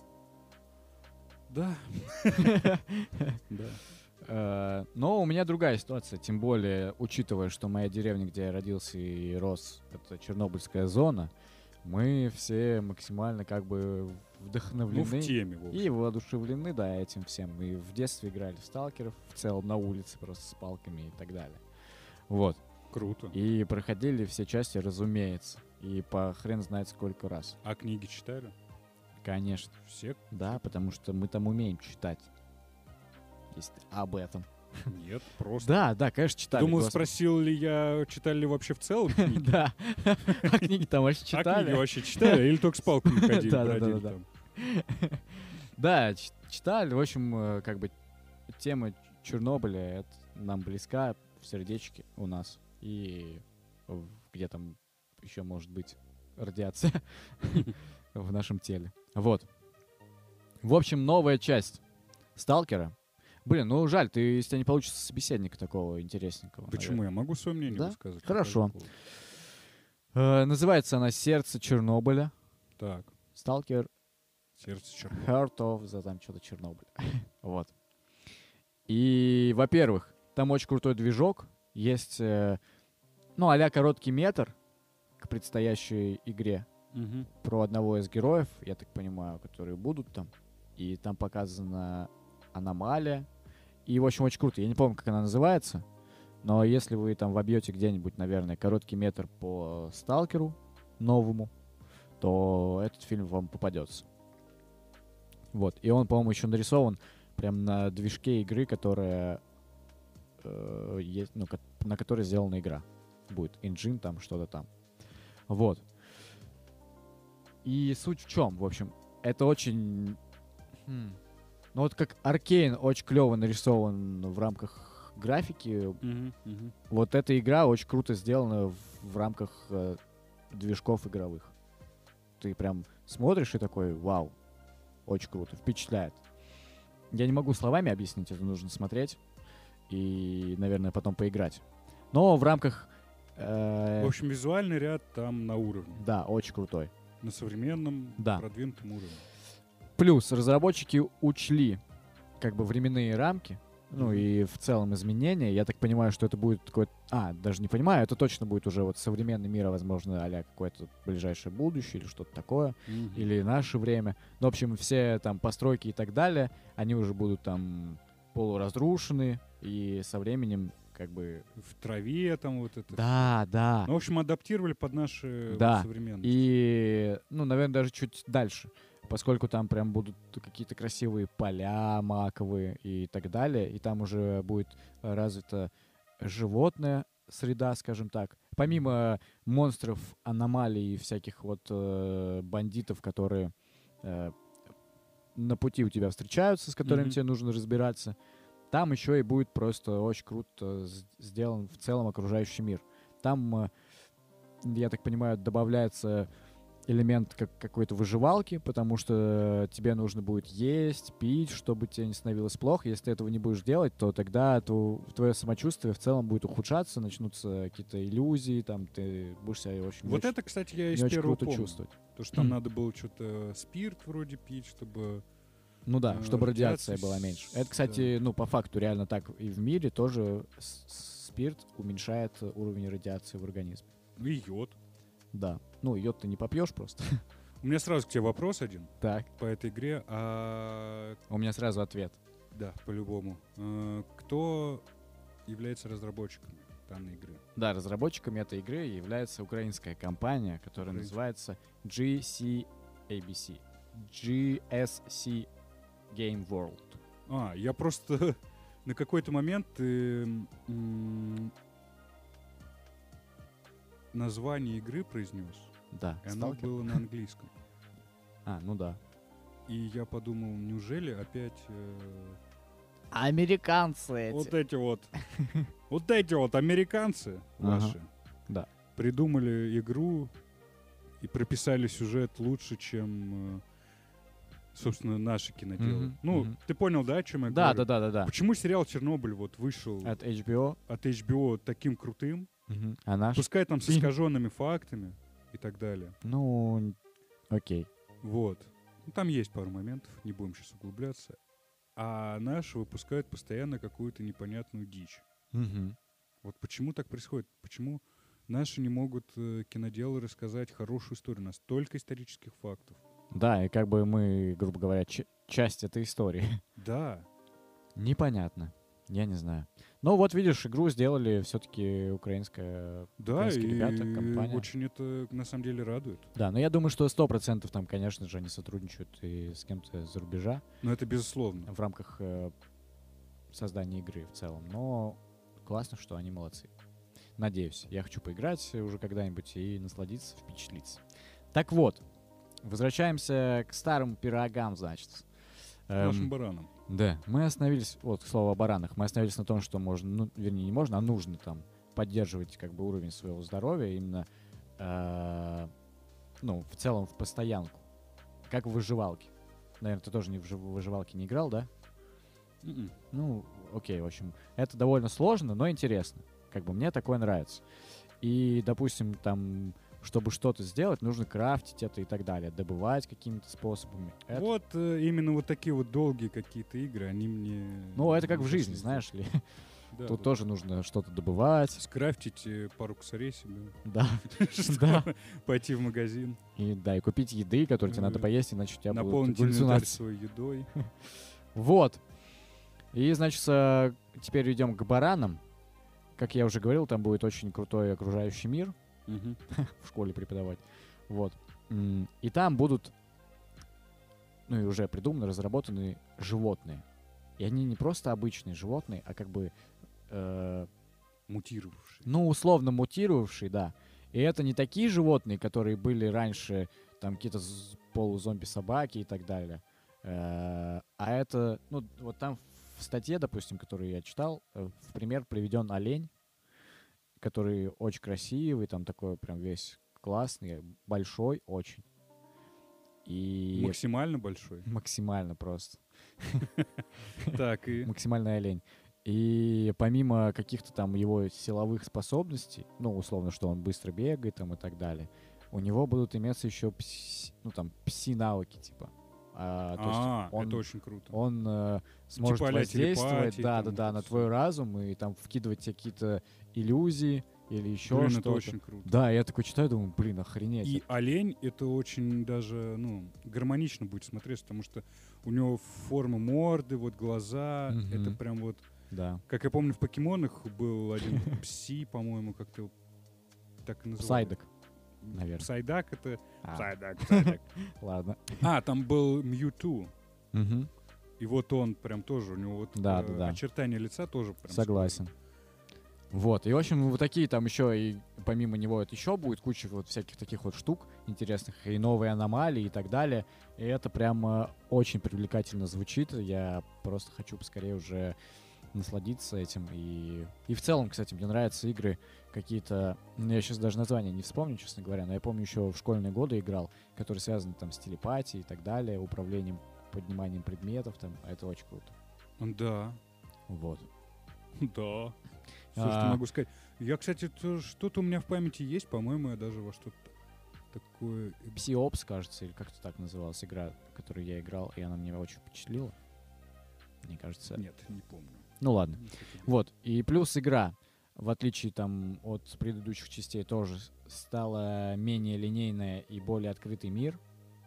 Да. Да. Э, Но у меня другая ситуация, тем более, учитывая, что моя деревня, где я родился и рос, это Чернобыльская зона, мы все максимально как бы Ну, вдохновлены в теме, в общем. и воодушевлены, да, этим всем. И в детстве играли в сталкеров, в целом на улице просто с палками и так далее. Вот. Круто. И проходили все части, разумеется. И по хрен знает сколько раз. А книги читали? Конечно. Все? Да, потому что мы там умеем читать. Если ты об этом. Нет, просто. Да, да, конечно, читали. Думал, господи. спросил ли я, читали ли вообще в целом книги? Да. А книги там вообще А читали? книги вообще читали? Или только с палками ходили, Да, да, да, бродили да, там? Да, ч- читали. В общем, э, как бы тема Чернобыля это нам близка в сердечке у нас. И в- где там еще может быть радиация в нашем теле. Вот. В общем, новая часть Сталкера. Блин, ну жаль, ты, если у тебя не получится собеседника такого интересненького. Почему? Я могу свое мнение Да? высказать. по Хорошо. каждому поводу. Э, Называется она «Сердце Чернобыля». Так, Сталкер сердце Чернобыля. Heart of the там что-то Чернобыль. Вот. И, во-первых, там очень крутой движок. Есть, э, ну, а-ля короткий метр к предстоящей игре Мгм. про одного из героев, я так понимаю, которые будут там. И там показана аномалия. И, в общем, очень круто. Я не помню, как она называется. Но если вы там вобьете где-нибудь, наверное, короткий метр по Сталкеру новому, то этот фильм вам попадется. Вот. И он, по-моему, еще нарисован прям на движке игры, которая э, есть, ну, ко- на которой сделана игра. Будет engine там, что-то там. Вот. И суть в чем, в общем, это очень... хм, Ну вот как Аркейн очень клево нарисован в рамках графики, Мгм, мгм. вот эта игра очень круто сделана в, в рамках э, движков игровых. Ты прям смотришь и такой, вау, очень круто, впечатляет. Я не могу словами объяснить, это нужно смотреть и, наверное, потом поиграть. Но в рамках... э, В общем, визуальный ряд там на уровне. да, очень крутой. На современном, Да. продвинутом уровне. Плюс разработчики учли как бы временные рамки, ну Мгм. и в целом изменения. Я так понимаю, что это будет такое... А, даже не понимаю, это точно будет уже вот современный мир, а, возможно, а-ля какое-то ближайшее будущее или что-то такое. Мгм. Или наше время. Ну, в общем, все там постройки и так далее, они уже будут там полуразрушены, и со временем как бы... В траве там вот это. Да, да. Ну, в общем, адаптировали под наши Да. современности. И, ну, наверное, даже чуть дальше, поскольку там прям будут какие-то красивые поля маковые и так далее, и там уже будет развита животная среда, скажем так. Помимо монстров, аномалий и всяких вот э, бандитов, которые э, на пути у тебя встречаются, с которыми Мгм. тебе нужно разбираться, там еще и будет просто очень круто с- сделан в целом окружающий мир. Там, э, я так понимаю, добавляется элемент как какой-то выживалки, потому что тебе нужно будет есть, пить, чтобы тебе не становилось плохо. Если ты этого не будешь делать, то тогда твое самочувствие в целом будет ухудшаться, начнутся какие-то иллюзии, там ты будешь себя очень, Вот очень- это, кстати, я не из очень первого круто помню. чувствовать. То, что там надо было что-то спирт вроде пить, чтобы... Ну да, э, чтобы радиация радиация была с- меньше. Это, кстати, ну по факту реально так и в мире тоже с- спирт уменьшает уровень радиации в организме. Ну и йод. Да. Ну, йод ты не попьешь просто. У меня сразу к тебе вопрос один Так. по этой игре. А, У меня сразу ответ. да, по-любому. А, кто является разработчиком данной игры? Да, разработчиками этой игры является украинская компания, которая Украинская. называется джи си эй би си. джи эс си Game World. А, я просто на какой-то момент э, м, название игры произнес, Да, и оно Сталкер. было на английском. А, ну да. И я подумал, неужели опять э, Американцы эти. вот эти вот, вот эти вот американцы Ага, ваши да. придумали игру и прописали сюжет лучше, чем э, собственно, наши киноделы. Мгм, Ну, мгм. ты понял, да, о чем я Да, говорю? да, да, да, да. Почему сериал «Чернобыль» вот вышел От эйч би о. от эйч би о таким крутым, Мгм. А наш пускай там с фильм? искаженными фактами и так далее. Ну, н- окей. Вот. Ну, там есть пару моментов, не будем сейчас углубляться. А наши выпускают постоянно какую-то непонятную дичь. Мгм. Вот почему так происходит? Почему наши не могут э, киноделы рассказать хорошую историю? У нас столько исторических фактов. Да, и как бы мы, грубо говоря, ч- часть этой истории. Да. Непонятно. Я не знаю. Но вот видишь, игру сделали все-таки украинская, Да, украинские и ребята, компания. очень это на самом деле радует. Да, но я думаю, что сто процентов там, конечно же, они сотрудничают и с кем-то за рубежа Но это безусловно. в рамках э, создания игры в целом. Но классно, что они молодцы. Надеюсь. Я хочу поиграть уже когда-нибудь и насладиться, впечатлиться. Так вот, возвращаемся к старым пирогам, значит. К нашим Эм, баранам. Да, мы остановились, вот, к слову о баранах, мы остановились на том, что можно, ну, вернее, не можно, а нужно там поддерживать как бы уровень своего здоровья именно, э, ну, в целом в постоянку, как в выживалке. Наверное, ты тоже не в жив- в выживалке не играл, да? Мгм. Ну, окей, в общем, это довольно сложно, но интересно. Как бы мне такое нравится. И, допустим, там, чтобы что-то сделать, нужно крафтить это и так далее, добывать какими-то способами. Это- Вот э, именно вот такие вот долгие какие-то игры, они мне... Ну, это как не в жизни, зашли. знаешь ли. Да, Тут да, тоже нужно что-то добывать. скрафтить э, пару косарей себе, Да, чтобы да. пойти в магазин, И да, и купить еды, которую тебе надо Э, поесть, иначе у тебя будут наполнить инвентарь галлюцинации. своей едой. Вот. И, значит, э, теперь идем к баранам. Как я уже говорил, там будет очень крутой окружающий мир Мгм. в школе преподавать. Вот. М, И там будут, ну и уже придуманы, разработаны животные. И они не просто обычные животные, а как бы, э, Мутировавший. ну, условно мутировавшие, да. И это не такие животные, которые были раньше, там, какие-то з- полузомби-собаки и так далее. Э, А это, ну, вот там в статье, допустим, которую я читал, э, в пример приведен олень, который очень красивый, там такой прям весь классный, большой очень. И Максимально большой. максимально просто. Так, и... Максимальный олень. И помимо каких-то там его силовых способностей, ну, условно, что он быстро бегает там и так далее, у него будут иметься еще пси, ну, там, пси-навыки, типа. А, то есть А, он, это очень круто. он э, сможет Типа а-ля воздействовать, телепатии, да, там да, да, вот на это твой всё. разум и там вкидывать тебе какие-то иллюзии или еще Блин, что-то. это очень круто. Да, я такой читаю, думаю, блин, охренеть. И олень это очень даже, ну, гармонично будет смотреться, потому что у него форма морды, вот глаза, Мгм. это прям вот, Да. как я помню, в покемонах был один пси, по-моему, как-то его так и называли. Псайдок, наверное. Псайдак это... А, Псайдак, Псайдак. ладно. А, там был Мьюту. Мгм. И вот он прям тоже, у него вот Да, э, да, да. очертания лица тоже прям... Согласен. Вот, и в общем, вот такие там еще, и помимо него это еще будет куча вот всяких таких вот штук интересных, и новые аномалии и так далее. И это прям э, очень привлекательно звучит. Я просто хочу поскорее уже насладиться этим. И, и в целом, кстати, мне нравятся игры какие-то... ну, я сейчас даже названия не вспомню, честно говоря, но я помню еще в школьные годы играл, которые связаны там с телепатией и так далее, управлением, подниманием предметов там. А это очень круто. Да, Вот. да. Все, что А. могу сказать. Я, кстати, то- что-то у меня в памяти есть, по-моему, я даже во что-то такое... Псиопс, кажется, или как-то так называлась игра, в которую я играл, и она меня очень впечатлила. Мне кажется. Нет, не помню. Ну ладно. Не хочу говорить. Вот. И плюс игра, в отличие там от предыдущих частей, тоже с- стала менее линейная и более открытый мир.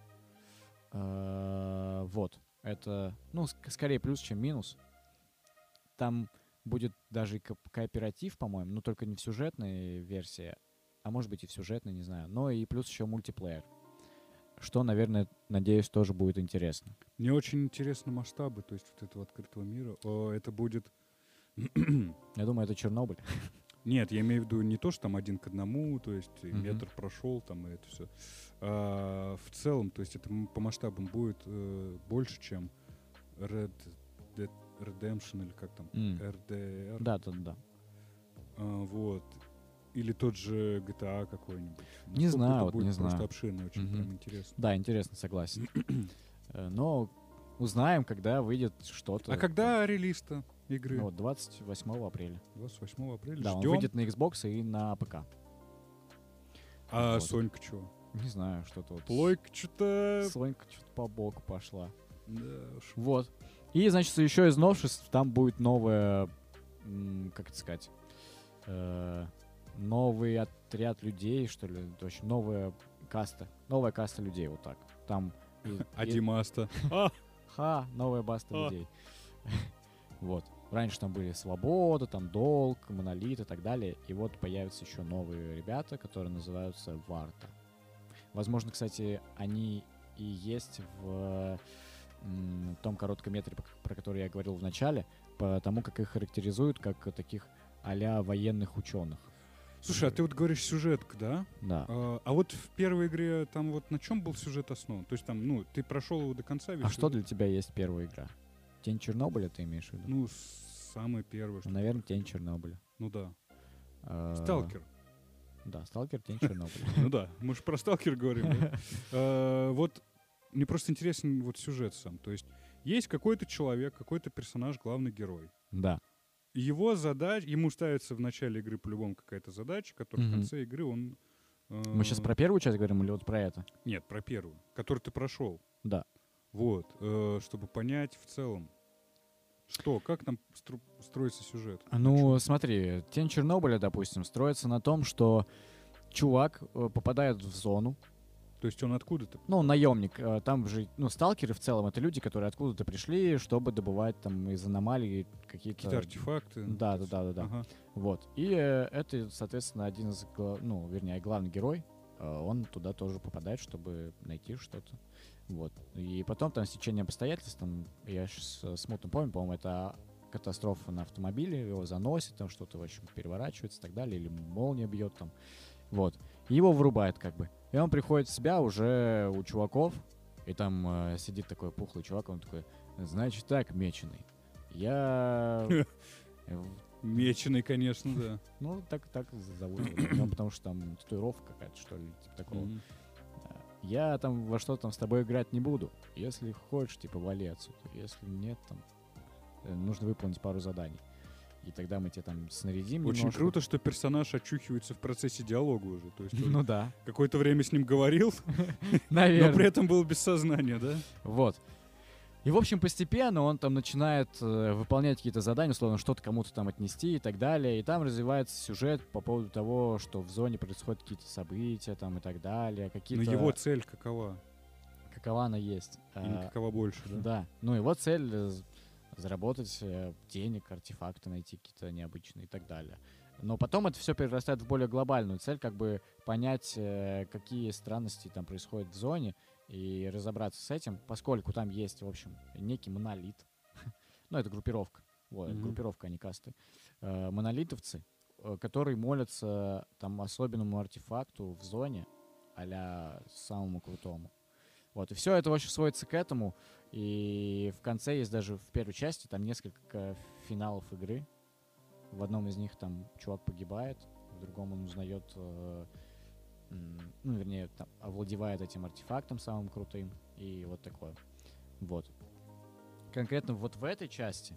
Э, Вот. Это, ну, ск- скорее плюс, чем минус. Там будет даже и ко- кооператив, по-моему, но только не в сюжетной версии, а может быть и в сюжетной, не знаю. Но и плюс еще мультиплеер. Что, наверное, надеюсь, тоже будет интересно. Мне очень интересны масштабы, то есть вот этого открытого мира. О, это будет... Я думаю, это Чернобыль. Нет, я имею в виду не то, что там один к одному, то есть и Мгм. метр прошел, там, и это все. в целом, то есть это м- по масштабам будет э, больше, чем Red Dead Redemption или как там, М. эр дэ эр. Да, да, да. А, вот. Или тот же джи ти эй какой-нибудь. Не Насколько знаю, это вот будет не просто знаю. обширно, очень Мгм. прям интересно. Да, интересно, согласен. Э, Но узнаем, когда выйдет что-то. А когда релиз-то игры? Ну, вот двадцать восьмого апреля. двадцать восьмого апреля. Да, он Ждем. выйдет на Xbox и на ПК. А Вот. Сонька чего? Не знаю, что-то вот. Плойка что-то... Сонька что-то по боку пошла. Да уж. Вот. И, значит, еще из новшеств там будет новая, м, как это сказать, э, новый отряд людей, что ли. В общем, новая каста. Новая каста людей, вот так. Там... и- А и- Димаста? А, Ха, новая баста А. людей. Вот. Раньше там были Свобода, там Долг, Монолит и так далее. И вот появятся еще новые ребята, которые называются Варта. Возможно, кстати, они и есть в м, том коротком метре, про- про который я говорил в начале, по тому, как их характеризуют как таких а-ля военных ученых. Слушай, а ты вот говоришь сюжетка, да? Да. А, а вот в первой игре там вот на чем был сюжет основан? То есть там, ну, ты прошел его до конца весь А что сюжет? для тебя есть первая игра? Тень Чернобыля ты имеешь в виду? Ну, самое первое, что... Ну, наверное, Тень Чернобыля. Ну да. А, Сталкер. Да, Сталкер, Тень Чернобыля. Ну да, мы же про Сталкер говорим. да? А, Вот мне просто интересен вот сюжет сам. То есть есть какой-то человек, какой-то персонаж, главный герой. Да. Его задача, ему ставится в начале игры по-любому какая-то задача, которую в Мгм. конце игры он... э, Мы сейчас про первую часть говорим или вот про это? Нет, про первую, которую ты прошел. Да. Вот, э, чтобы понять в целом, что, как там стру- строится сюжет. Ну, смотри, Тень Чернобыля, допустим, строится на том, что чувак э, попадает в зону. То есть он откуда-то? Ну, наемник. э, Там же, ну, сталкеры в целом это люди, которые откуда-то пришли, чтобы добывать там из аномалий какие-то... Какие-то артефакты? Да, да, да, да, да. Ага. Вот. И э, это, соответственно, один из, гла- ну, вернее, главный герой. э, Он туда тоже попадает, чтобы найти что-то. Вот. И потом там стечение обстоятельств, там, я сейчас смутно помню, по-моему, это катастрофа на автомобиле, его заносит, там что-то, в общем, переворачивается и так далее, или молния бьет там. Вот. И его вырубает как бы. И он приходит в себя уже у чуваков, и там э, сидит такой пухлый чувак, он такой, значит так, меченый, я... э, Меченый, конечно, да. Ну, так, так зовут его, ну, потому что там татуировка какая-то, что ли, типа такого. Мгм. Я там во что там с тобой играть не буду. Если хочешь, типа, вали отсюда. Если нет, там, э, нужно выполнить пару заданий. И тогда мы тебе там снарядим Очень немножко. круто, что персонаж очухивается в процессе диалога уже. То есть он Ну да, какое-то время с ним говорил, но наверное. при этом был без сознания, да? Вот. И, в общем, постепенно он там начинает э, выполнять какие-то задания, условно, что-то кому-то там отнести и так далее. И там развивается сюжет по поводу того, что в зоне происходят какие-то события там и так далее. Но Какие-то... его цель какова? Какова она есть. И А, никакова больше, да? Да. Ну, его цель э, з- заработать э, денег, артефакты найти какие-то необычные и так далее. Но потом это все перерастает в более глобальную цель, как бы понять, э, какие странности там происходят в зоне, и разобраться с этим, поскольку там есть, в общем, некий монолит. Ну, это группировка. Вот, это Мгм. группировка, а не касты. Э, Монолитовцы, э, которые молятся там особенному артефакту в зоне, а-ля самому крутому. Вот, и все это, в общем, сводится к этому. И в конце есть даже в первой части там несколько финалов игры. В одном из них там чувак погибает, в другом он узнает, э, м, ну, вернее, там, овладевает этим артефактом самым крутым. И вот такое. Вот. Конкретно вот в этой части...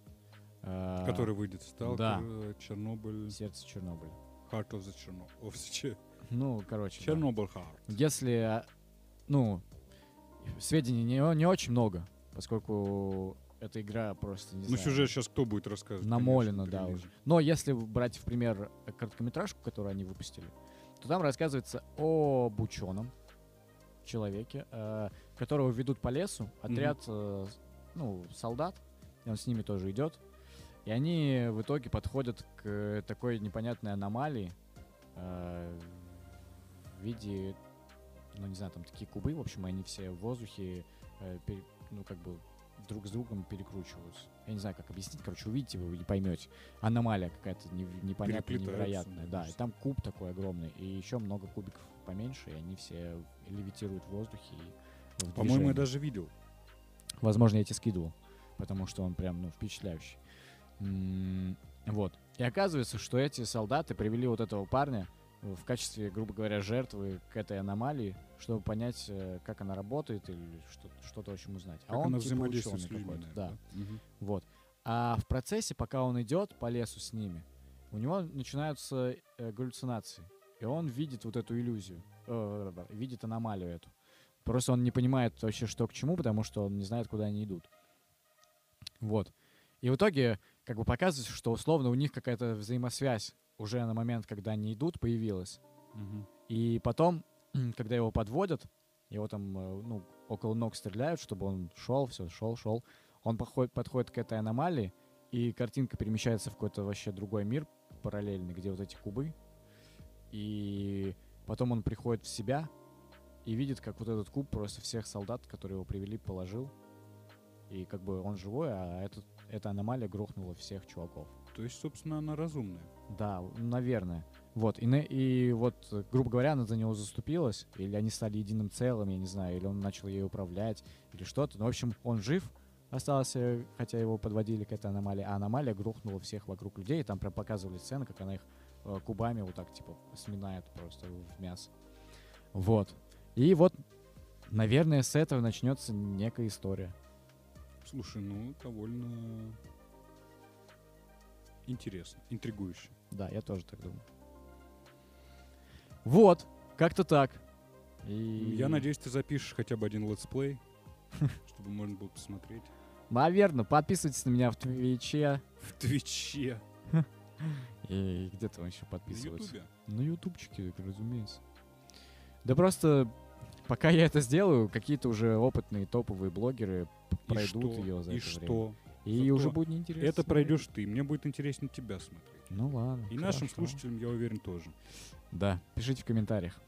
э, Который выйдет Сталкер, да. э, Чернобыль, Сердце Чернобыля. Heart of the Chernobyl. of the Che- Ну, короче, да. Chernobyl Heart. Если, ну, сведений не, не очень много, поскольку эта игра просто, не Ну, знаю, сюжет сейчас кто будет рассказывать? намолено, конечно, да, к уже. релизу. Но если брать в пример короткометражку, которую они выпустили, то там рассказывается об ученом человеке, э, которого ведут по лесу, отряд, э, ну, солдат, и он с ними тоже идет. И они в итоге подходят к такой непонятной аномалии э, в виде, ну, не знаю, там такие кубы, в общем, они все в воздухе, э, пере- ну, как бы друг с другом перекручиваются. Я не знаю, как объяснить, короче, увидите вы, вы не поймете. Аномалия какая-то нев- непонятная, Переплетаются, невероятная. Да, может. и там куб такой огромный, и еще много кубиков поменьше, и они все левитируют в воздухе и в По-моему, я движении. даже видел. Возможно, я тебе скидывал, потому что он прям, ну, впечатляющий. М, Вот. И оказывается, что эти солдаты привели вот этого парня в качестве, грубо говоря, жертвы к этой аномалии, чтобы понять, э, как она работает или что- что-то очень узнать. Как а он она типа взаимодействует ученый с людьми, какой-то, наверное, да. Мгм. Вот. А в процессе, пока он идет по лесу с ними, у него начинаются э, галлюцинации. И он видит вот эту иллюзию, э, видит аномалию эту. Просто он не понимает вообще, что к чему, потому что он не знает, куда они идут. Вот. И в итоге, как бы показывается, что условно у них какая-то взаимосвязь уже на момент, когда они идут, появилась. Мгм. И потом, когда его подводят, его там, э, ну, около ног стреляют, чтобы он шел, все, шел, шел. Он подходит, подходит к этой аномалии, и картинка перемещается в какой-то вообще другой мир параллельный, где вот эти кубы. И потом он приходит в себя и видит, как вот этот куб просто всех солдат, которые его привели, положил. И как бы он живой, а этот, эта аномалия грохнула всех чуваков. То есть, собственно, она разумная. Да, наверное. Вот, и, на- и вот, э, грубо говоря, она за него заступилась, или они стали единым целым, я не знаю, или он начал ей управлять, или что-то. Но, в общем, он жив остался, хотя его подводили к этой аномалии, а аномалия грохнула всех вокруг людей, и там прям показывали сцены, как она их э, кубами вот так, типа, сминает просто в мясо. Вот. И вот, наверное, с этого начнется некая история. Слушай, ну, довольно интересно, интригующе. Да, я тоже так думаю. Вот, как-то так. И... Я надеюсь, ты запишешь хотя бы один летсплей, чтобы можно было посмотреть. Наверное, подписывайтесь на меня в Твиче. В Твиче. И где там еще На подписываться? Ютубе. На ютубчике, разумеется. Да просто, пока я это сделаю, какие-то уже опытные топовые блогеры п- И пройдут что? ее за И это время. что? И Зато уже будет неинтересно. Это смотреть. пройдешь ты, мне будет интереснее тебя смотреть. Ну ладно. И нашим хорошо. слушателям, я уверен, тоже. Да, пишите в комментариях.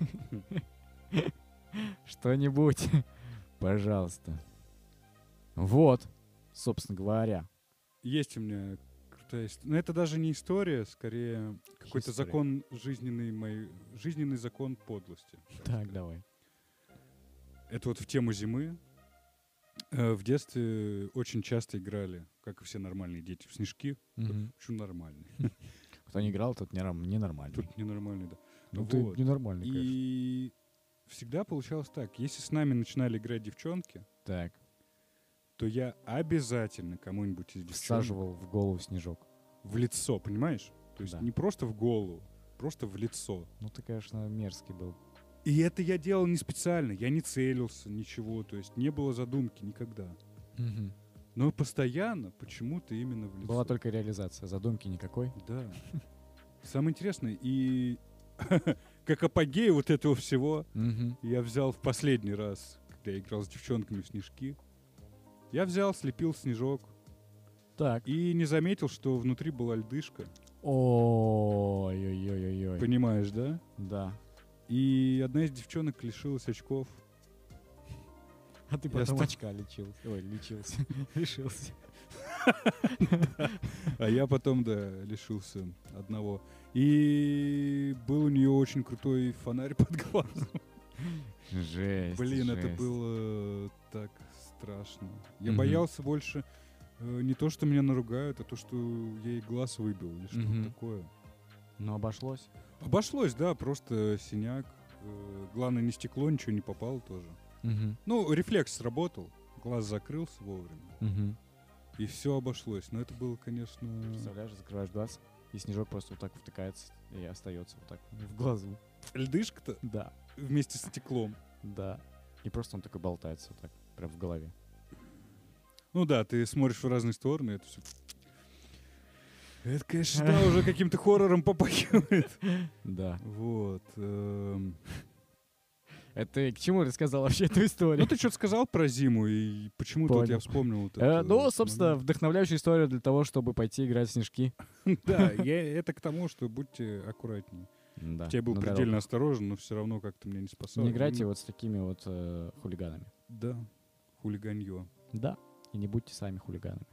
Что-нибудь, пожалуйста. Вот, собственно говоря. Есть у меня крутая история. Но это даже не история, скорее какой-то История. закон жизненный, мой, жизненный закон подлости. Так, давай. Это вот в тему зимы. Э, В детстве очень часто играли, как и все нормальные дети, в снежки. Мгм. Почему нормальные? Кто не играл, тот нерам- ненормальный. Тут ненормальные, да. Ну ты вот. ненормальный, конечно. И всегда получалось так. Если с нами начинали играть девчонки, Так, то я обязательно кому-нибудь из девчонок всаживал в голову снежок. в лицо, понимаешь? То есть Да. не просто в голову, просто в лицо. Ну ты, конечно, мерзкий был. И это я делал не специально, я не целился, ничего, то есть не было задумки никогда. Но постоянно почему-то именно в лицо. Была только реализация, задумки никакой. Да. Самое интересное, и как апогей вот этого всего, Мгм. я взял в последний раз, когда я играл с девчонками в снежки, я взял, слепил снежок Так. и не заметил, что внутри была льдышка. Ой-ой-ой-ой-ой. Понимаешь, да? Да. И одна из девчонок лишилась очков. А ты Я потом стал- очка лечился. Ой, лечился. Лишился. А я потом, да, лишился одного. И был у нее очень крутой фонарь под глазом. Жесть. Блин, это жесть. было так страшно. Я Мгм. боялся больше э, не то, что меня наругают, а то, что я ей глаз выбил или что-то Мгм. такое. Ну, обошлось. Обошлось, да, просто синяк. Э, главное, не стекло, ничего не попало тоже. Мгм. Ну, рефлекс сработал, глаз закрылся вовремя, Мгм. и все обошлось. Но это было, конечно... Представляешь, закрываешь глаз, и снежок просто вот так втыкается и остается вот так в глазу. Льдышка-то Да. вместе с стеклом. Да. И просто он такой болтается вот так, прям в голове. Ну да, ты смотришь в разные стороны, это все... Это, конечно, да, уже каким-то хоррором попахивает. Да. Вот. эм. Это ты к чему рассказал вообще эту историю? Ну, ты что-то сказал про зиму, и почему-то вот я Понял. вспомнил вот Э, это. Ну, собственно, вдохновляющая история для того, чтобы пойти играть в снежки. Да, я- это к тому, что будьте аккуратнее. Да. Я был на предельно дорогах. осторожен, но все равно как-то меня не спасало. Не играйте Ну, вот с такими вот э, хулиганами. Да, хулиганье. Да. И не будьте сами хулиганами.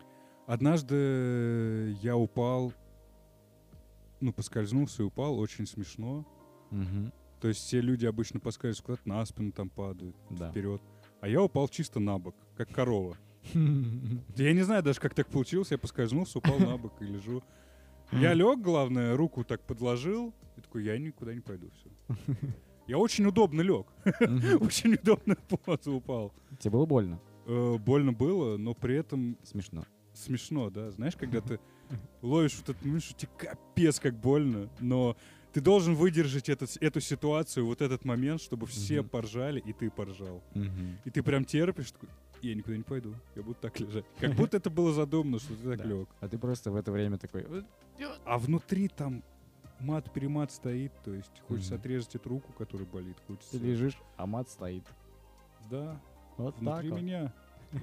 Однажды я упал, ну, поскользнулся и упал, очень смешно. Мгм. То есть все люди обычно поскальзываются, куда-то на спину там падают, Да. вперед. А я упал чисто на бок, как корова. Я не знаю даже, как так получилось. Я поскользнулся, упал на бок и лежу. Я лег, главное, руку так подложил, и такой, я никуда не пойду, все. Я очень удобно лег. Мгм. Очень удобно в позу упал. Тебе было больно? Э, Больно было, но при этом Смешно. смешно, да? Знаешь, когда ты ловишь вот этот момент, что тебе капец как больно, но ты должен выдержать этот, эту ситуацию, вот этот момент, чтобы все Мгм. поржали, и ты поржал. Мгм. И ты прям терпишь, такой, я никуда не пойду, я буду так лежать. Как будто это было задумано, что ты так Да. лег. А ты просто в это время такой... «Э, А внутри там мат-перемат стоит, то есть хочется Мгм. отрезать эту руку, которая болит, хочется... Ты лежишь, а мат стоит. Да, Вот так внутри вот. меня.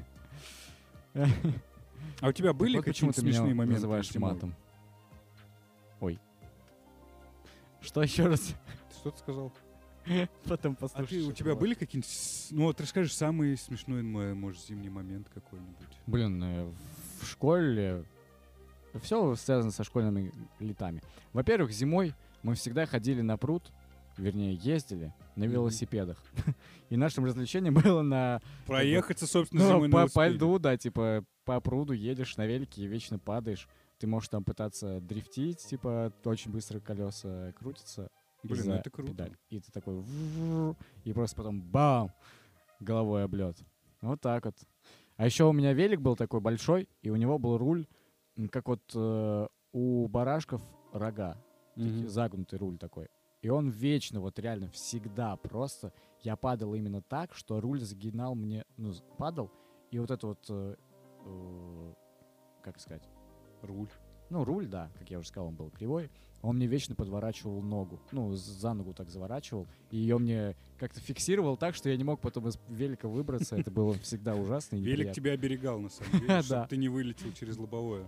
А у тебя были Вот почему какие-то ты меня смешные моменты называешь зимой? матом. Ой. Что еще раз? Ты что-то сказал? Потом А послушаешь. ты, у это тебя вот. были какие-нибудь... с- Ну вот расскажи самый смешной, мо- может, зимний момент какой-нибудь. Блин, э, в школе все связано со школьными летами. Во-первых, зимой мы всегда ходили на пруд, вернее, ездили на Мгм. велосипедах. И нашим развлечением было на... Проехаться, собственно, Ну, зимой на по, по велосипеде. льду, да, типа, по пруду едешь на велике и вечно падаешь. Ты можешь там пытаться дрифтить, типа, очень быстро колеса крутятся. Блин, ну из-за это круто. педаль. И ты такой... ву- И просто потом бам! Головой об лед. Вот так вот. А еще у меня велик был такой большой, и у него был руль, м, как вот э, у барашков рога. Такие, Мгм. загнутый руль такой. И он вечно, вот реально всегда просто... Я падал именно так, что руль загинал мне... Ну, з- падал, и вот это вот... э, э, как сказать? Руль. Ну, руль, да, как я уже сказал, он был кривой. Он мне вечно подворачивал ногу. Ну, з- за ногу так заворачивал. И ее мне как-то фиксировал так, что я не мог потом из велика выбраться. Это было всегда ужасно и Велик неприятно. тебя оберегал, на самом деле, Да. чтобы ты не вылетел через лобовое.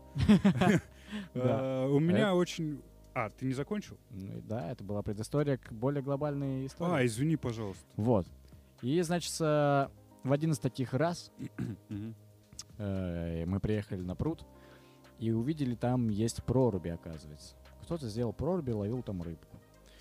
Да. А, У меня очень... А, ты не закончил? Ну и да, это была предыстория к более глобальной А, истории. извини, пожалуйста. Вот. И, значит, с- в один из таких раз Мгм. э, мы приехали на пруд и увидели, там есть проруби, оказывается. Кто-то сделал проруби, ловил там рыбку.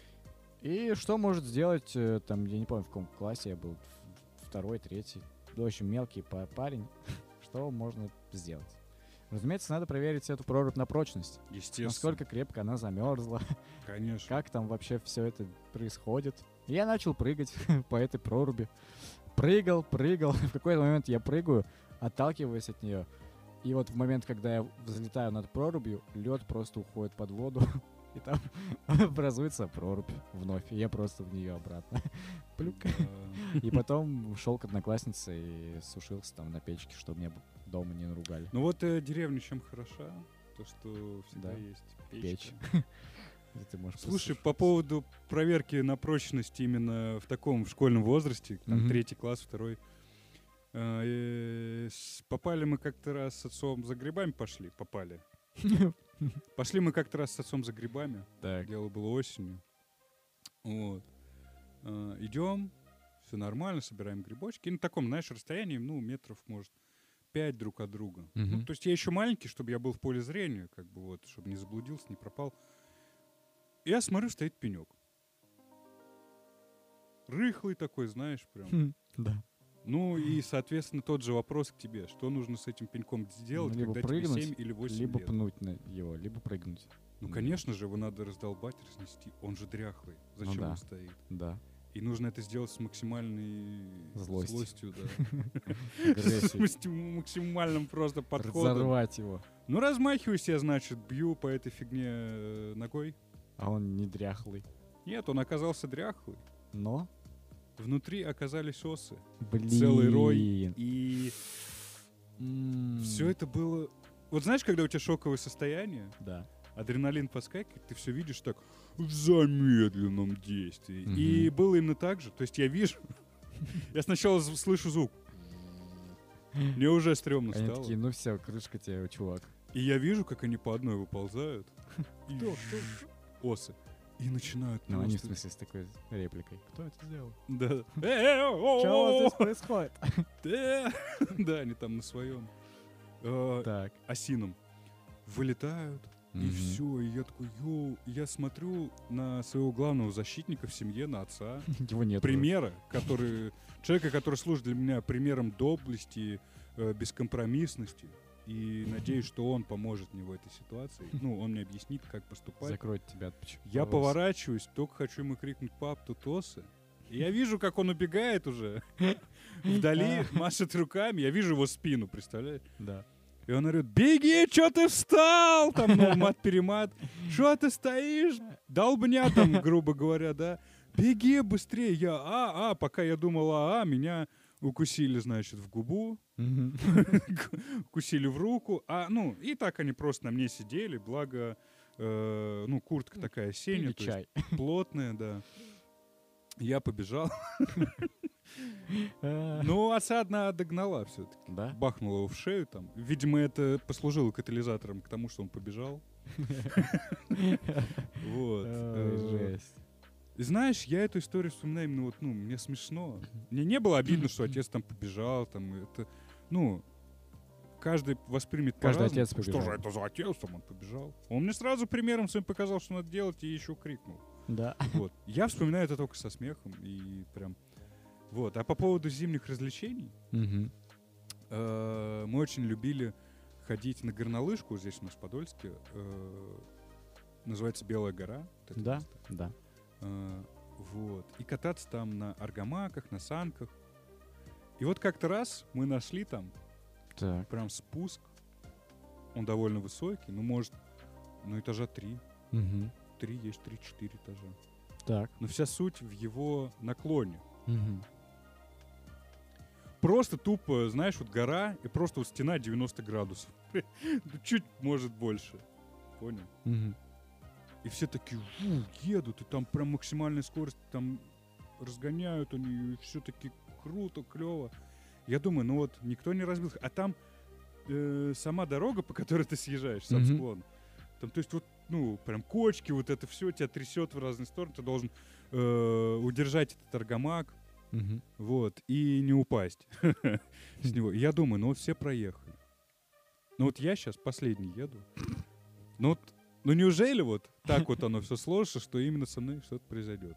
И что может сделать, э, там, я не помню, в каком классе я был, в- второй, третий, в общем, мелкий па- парень, что можно сделать? Разумеется, надо проверить эту прорубь на прочность. Естественно. Насколько крепко она замерзла, Конечно. как там вообще все это происходит. И я начал прыгать по этой проруби. Прыгал, прыгал. В какой-то момент я прыгаю, отталкиваюсь от нее. И вот в момент, когда я взлетаю над прорубью, лед просто уходит под воду. И там образуется прорубь вновь. И я просто в нее обратно. Плюк. Да. И потом шел к однокласснице и сушился там на печке, чтобы меня дома не наругали. Ну вот э, деревня чем хороша, то что всегда Да. есть Печь. печка. Где ты можешь Слушай, посушить. по поводу проверки на прочность именно в таком школьном возрасте, там Мгм. третий класс, второй, э, э, с- попали мы как-то раз с отцом за грибами, пошли, попали. Пошли мы как-то раз с отцом за грибами, Так. дело было осенью. Вот. Э, Идем, все нормально, собираем грибочки. И на таком, знаешь, расстоянии, ну, метров, может, пять друг от друга. Ну, Мгм. то есть я еще маленький, чтобы я был в поле зрения, как бы вот, чтобы не заблудился, не пропал. И я смотрю, стоит пенек. Рыхлый такой, знаешь, прям. Хм, Да. Ну и, соответственно, тот же вопрос к тебе. Что нужно с этим пеньком сделать, Ну, либо когда прыгнуть, тебе семь или восемь Либо лет? пнуть на его, либо прыгнуть. Ну, Да. конечно же, его надо раздолбать, разнести. Он же дряхлый. Зачем да. он стоит? Да. И нужно это сделать с максимальной Злостью. злостью, да. С Агрессию. максимальным просто подходом. Разорвать его. Ну, размахиваюсь я, значит, бью по этой фигне э, ногой. А он не дряхлый. Нет, он оказался дряхлый. Но, Внутри оказались осы. блин. Целый рой. И М, все это было... Вот знаешь, когда у тебя шоковое состояние, Да. адреналин подскакивает, ты все видишь так в замедленном действии. Мгм. И было именно так же. То есть я вижу... Я сначала з- слышу звук. Мне уже стрёмно Они стало. такие, ну все, крышка тебе, чувак. И я вижу, как они по одной выползают. И Кто, осы. И начинают Ну, они, в просто- смысле, с такой репликой. Кто это сделал? Да. Э, о, о, Что у вас о, здесь происходит? э. Да, они там на своем Так. осином вылетают. И Мгм. все, и я такой, йоу, и я смотрю на своего главного защитника в семье, на отца, Его нет. примера, который, человека, который служит для меня примером доблести, э, бескомпромиссности. и надеюсь, что он поможет мне в этой ситуации. Ну, он мне объяснит, как поступать. Закроет тебя от поч- Я волос. поворачиваюсь, только хочу ему крикнуть «пап, тут осы». И я вижу, как он убегает уже. Вдали, машет руками. Я вижу его спину, представляешь? Да. И он орет: «Беги, чё ты встал?» Там, ну, мат-перемат. «Чё ты стоишь? Долбня там», грубо говоря, да. «Беги быстрее». Я а, а, пока я думал а, а, меня укусили, значит, в губу, Мгм. укусили в руку. А, ну, и так они просто на мне сидели, благо, э, ну, куртка такая Пили осенняя, то есть чай. плотная, да. Я побежал. А. Ну, оса одна догнала все-таки. Да? Бахнула его в шею там. Видимо, это послужило катализатором к тому, что он побежал. Вот. Ой, Э, жесть. И знаешь, я эту историю вспоминаю именно вот, ну, мне смешно. Мне не было обидно, что отец там побежал, там, это, ну, каждый воспримет Каждый по-разному. отец побежал. Что же это за отец, там он побежал? Он мне сразу примером своим показал, что надо делать, и еще крикнул. Да. Вот. Я вспоминаю это только со смехом, и прям... Вот. А по поводу зимних развлечений, Мгм. э, мы очень любили ходить на горнолыжку здесь у нас в Подольске. э, Называется Белая гора. Вот это Да, место. да. Э, Вот. И кататься там на аргамаках, на санках. И вот как-то раз мы нашли там Так. прям спуск. Он довольно высокий, ну, может, ну, этажа три. Мгм. Три, есть три-четыре этажа. Так. Но вся суть в его наклоне. Мгм. Просто тупо, знаешь, вот гора и просто вот стена девяносто градусов. Ну, чуть, может, больше. Понял? Мгм. И все такие «Ву, едут, и там прям максимальная скорость, там разгоняют они, и все-таки круто, клево. Я думаю, ну вот, никто не разбился. А там э, сама дорога, по которой ты съезжаешь, сам Мгм. склон, там, то есть вот, ну, прям кочки, вот это все тебя трясет в разные стороны, ты должен э, удержать этот аргамак, Мгм. вот, и не упасть с него. И я думаю, ну вот все проехали. Ну вот я сейчас последний еду. Ну вот, ну неужели вот так вот оно все сложится, что именно со мной что-то произойдет?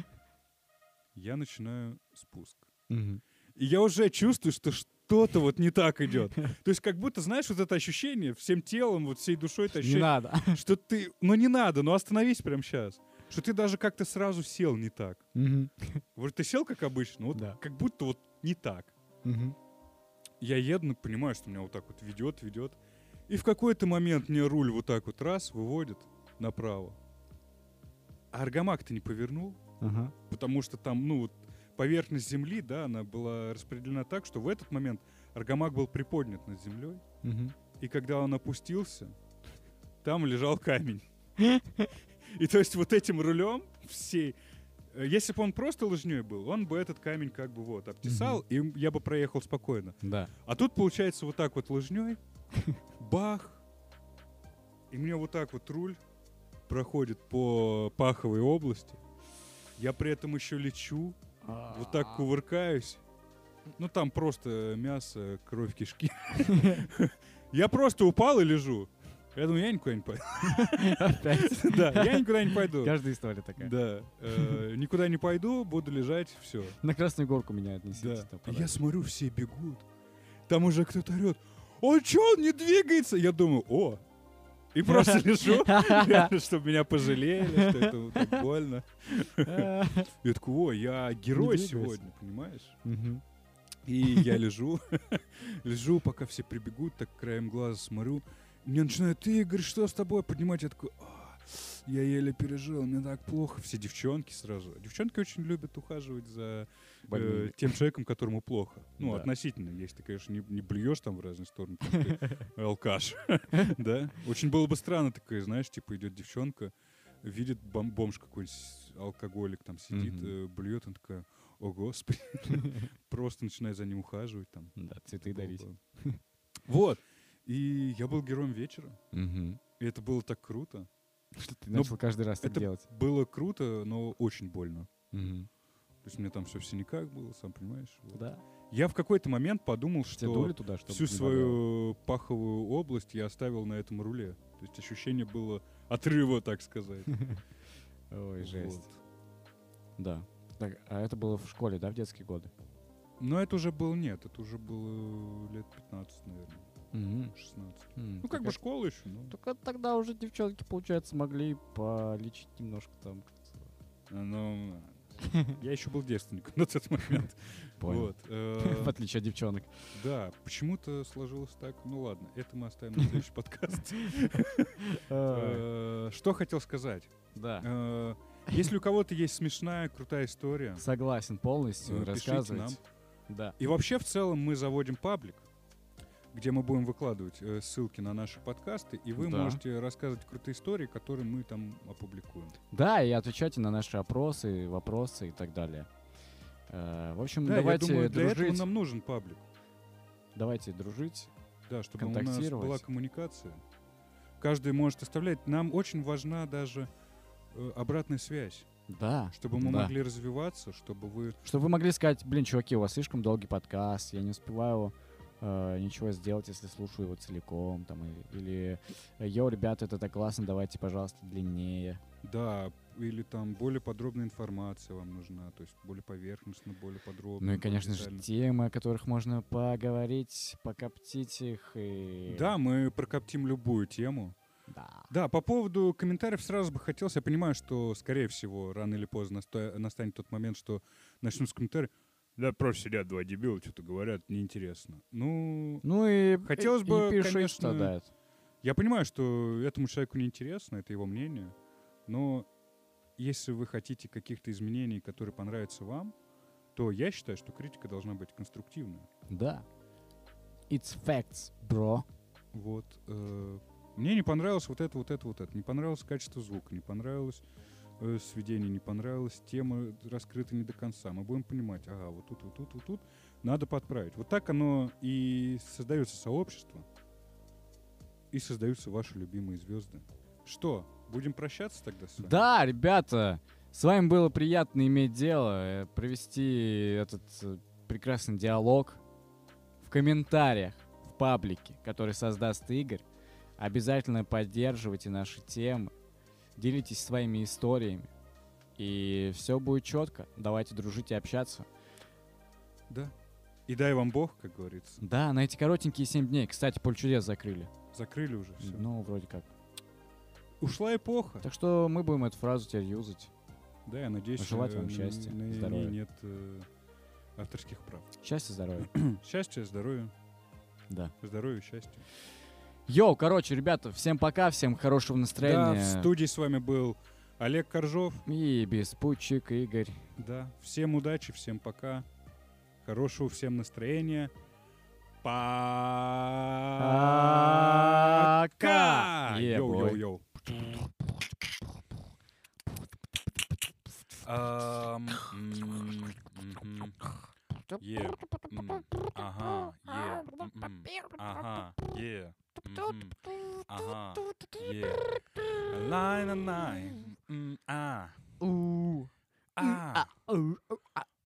Я начинаю спуск. Мгм. И я уже чувствую, что что-то вот не так идет. То есть как будто, знаешь, вот это ощущение всем телом, вот всей душой, это Не ощущение, надо. что ты, ну не надо, ну остановись прямо сейчас. Что ты даже как-то сразу сел не так. Мгм. Вот ты сел как обычно, вот Да. как будто вот не так. Мгм. Я еду, ну, понимаю, что меня вот так вот ведет, ведет. И в какой-то момент мне руль вот так вот раз выводит направо. А аргамак-то не повернул, Ага. потому что там, ну, вот поверхность земли, да, она была распределена так, что в этот момент аргамак был приподнят над землей. Мгм. И когда он опустился, там лежал камень. И то есть вот этим рулем всей... э, Если бы он просто лыжней был, он бы этот камень как бы вот обтесал, и я бы проехал спокойно. Да. А тут получается вот так вот лыжней, бах, и мне вот так вот руль проходит по паховой области. Я при этом еще лечу, вот так кувыркаюсь. Ну там просто мясо, кровь, кишки. Я просто упал и лежу. Я думаю, я никуда не пойду. Опять. Да, я никуда не пойду. Каждая история такая. Да, э, никуда не пойду, буду лежать, все. На Красную Горку меня отнесите. Да. там И я подальше. смотрю, все бегут. Там уже кто-то орет: «Он чё, он не двигается?» Я думаю, о, и просто лежу, чтобы меня пожалели, что это вот так больно. Я такой, о, я герой двигается. сегодня, понимаешь? Мгм. И я лежу, лежу, пока все прибегут, так краем глаза смотрю. Мне начинают: «Ты, Игорь, что с тобой?» Поднимать, я такой: «А, я еле пережил, мне так плохо». Все девчонки сразу. Девчонки очень любят ухаживать за э, Больными. тем человеком, которому плохо. Ну, Да. относительно. Если ты, конечно, не, не блюешь там в разные стороны, потому что ты алкаш. Да? Очень было бы странно такое, знаешь, типа идет девчонка, видит бом- бомж какой-нибудь, алкоголик там сидит, Мгм. э, блюет, он такая: «О, Господи». Просто начинает за ним ухаживать там. Да, цветы дарить. Было бы. Вот. И я был героем вечера. Мгм. И это было так круто. Что ты Ну, начал каждый раз так это делать. было круто, но очень больно. Мгм. То есть у меня там все в синяках было, сам понимаешь. Вот. Да. Я в какой-то момент подумал, Тебя что дули туда, чтобы всю не болело? свою паховую область я оставил на этом руле. То есть ощущение было отрыва, так сказать. Ой, жесть. Вот. Да. Так, а это было в школе, да, в детские годы? Но это уже было, нет, это уже было лет пятнадцать, наверное. Мгм. шестнадцать. М, Ну, так как бы это- школа еще, ну. Только тогда уже девчонки, получается, могли полечить немножко там. Ну, я еще был девственником на тот момент. Понял. Вот. э, В отличие от девчонок. Да, почему-то сложилось так. Ну ладно, это мы оставим на следующий подкаст. Э, Что хотел сказать? Да. Э, Если у кого-то есть смешная, крутая история, Согласен полностью. э, пишите Рассказывайте. нам. Да. И вообще, в целом, мы заводим паблик, где мы будем выкладывать э, ссылки на наши подкасты, и вы Да. можете рассказывать крутые истории, которые мы там опубликуем. Да, и отвечайте на наши опросы, вопросы и так далее. Э, В общем, Да, давайте я думаю, для этого дружить. нам нужен паблик. Давайте дружить. Да, чтобы у нас Контактировать. была коммуникация. Каждый может оставлять. Нам очень важна даже э, обратная связь, Да. чтобы мы Да. могли развиваться, чтобы вы... Чтобы вы могли сказать, блин, чуваки, у вас слишком долгий подкаст, я не успеваю э, ничего сделать, если слушаю его целиком, там, и- или, йоу, ребята, это так классно, давайте, пожалуйста, длиннее. Да, или там более подробная информация вам нужна, то есть более поверхностно, более подробно. Ну и, более конечно же, детально. темы, о которых можно поговорить, покоптить их и... Да, мы прокоптим любую тему. Да. Да, по поводу комментариев сразу бы хотелось. Я понимаю, что, скорее всего, рано или поздно насто- настанет тот момент, что начнут с комментариев. Да, просто сидят два дебила, что-то говорят, неинтересно. Ну, Ну и... Хотелось и- бы, и пишите, конечно, что, да. я понимаю, что этому человеку неинтересно, это его мнение, но если вы хотите каких-то изменений, которые понравятся вам, то я считаю, что критика должна быть конструктивная. Да. It's facts, bro. Вот. э, Мне не понравилось вот это, вот это, вот это. Не понравилось качество звука, не понравилось э, сведение, не понравилась тема, раскрыта не до конца. Мы будем понимать, ага, вот тут, вот тут, вот тут надо подправить. Вот так оно и создается сообщество, и создаются ваши любимые звезды. Что, будем прощаться тогда с вами? Да, ребята, с вами было приятно иметь дело, э, провести этот э, прекрасный диалог в комментариях, в паблике, который создаст Игорь. Обязательно поддерживайте наши темы, делитесь своими историями, и все будет четко. Давайте дружить и общаться. Да. И дай вам Бог, как говорится. Да, на эти коротенькие семь дней. Кстати, поле чудес закрыли. Закрыли уже все. Ну, вроде как. Ушла эпоха. Так что мы будем эту фразу теперь юзать. Да, я надеюсь, Желать э, вам на- счастья, на ней здоровья. нет э, авторских прав. Счастья, здоровья. Счастья, здоровья. Да. Здоровья, счастья. Йоу, короче, ребята, всем пока, всем хорошего Да, настроения. в студии с вами был Олег Коржов. И беспутчик Игорь. Да, всем удачи, всем пока. Хорошего всем настроения. Пока! Пока! Yeah, boy. Йоу-йоу-йоу. Ам, м, мгм. Е, м, ага, е, м, ага, е, мгм, ага, е. Лай-на-най, м, а.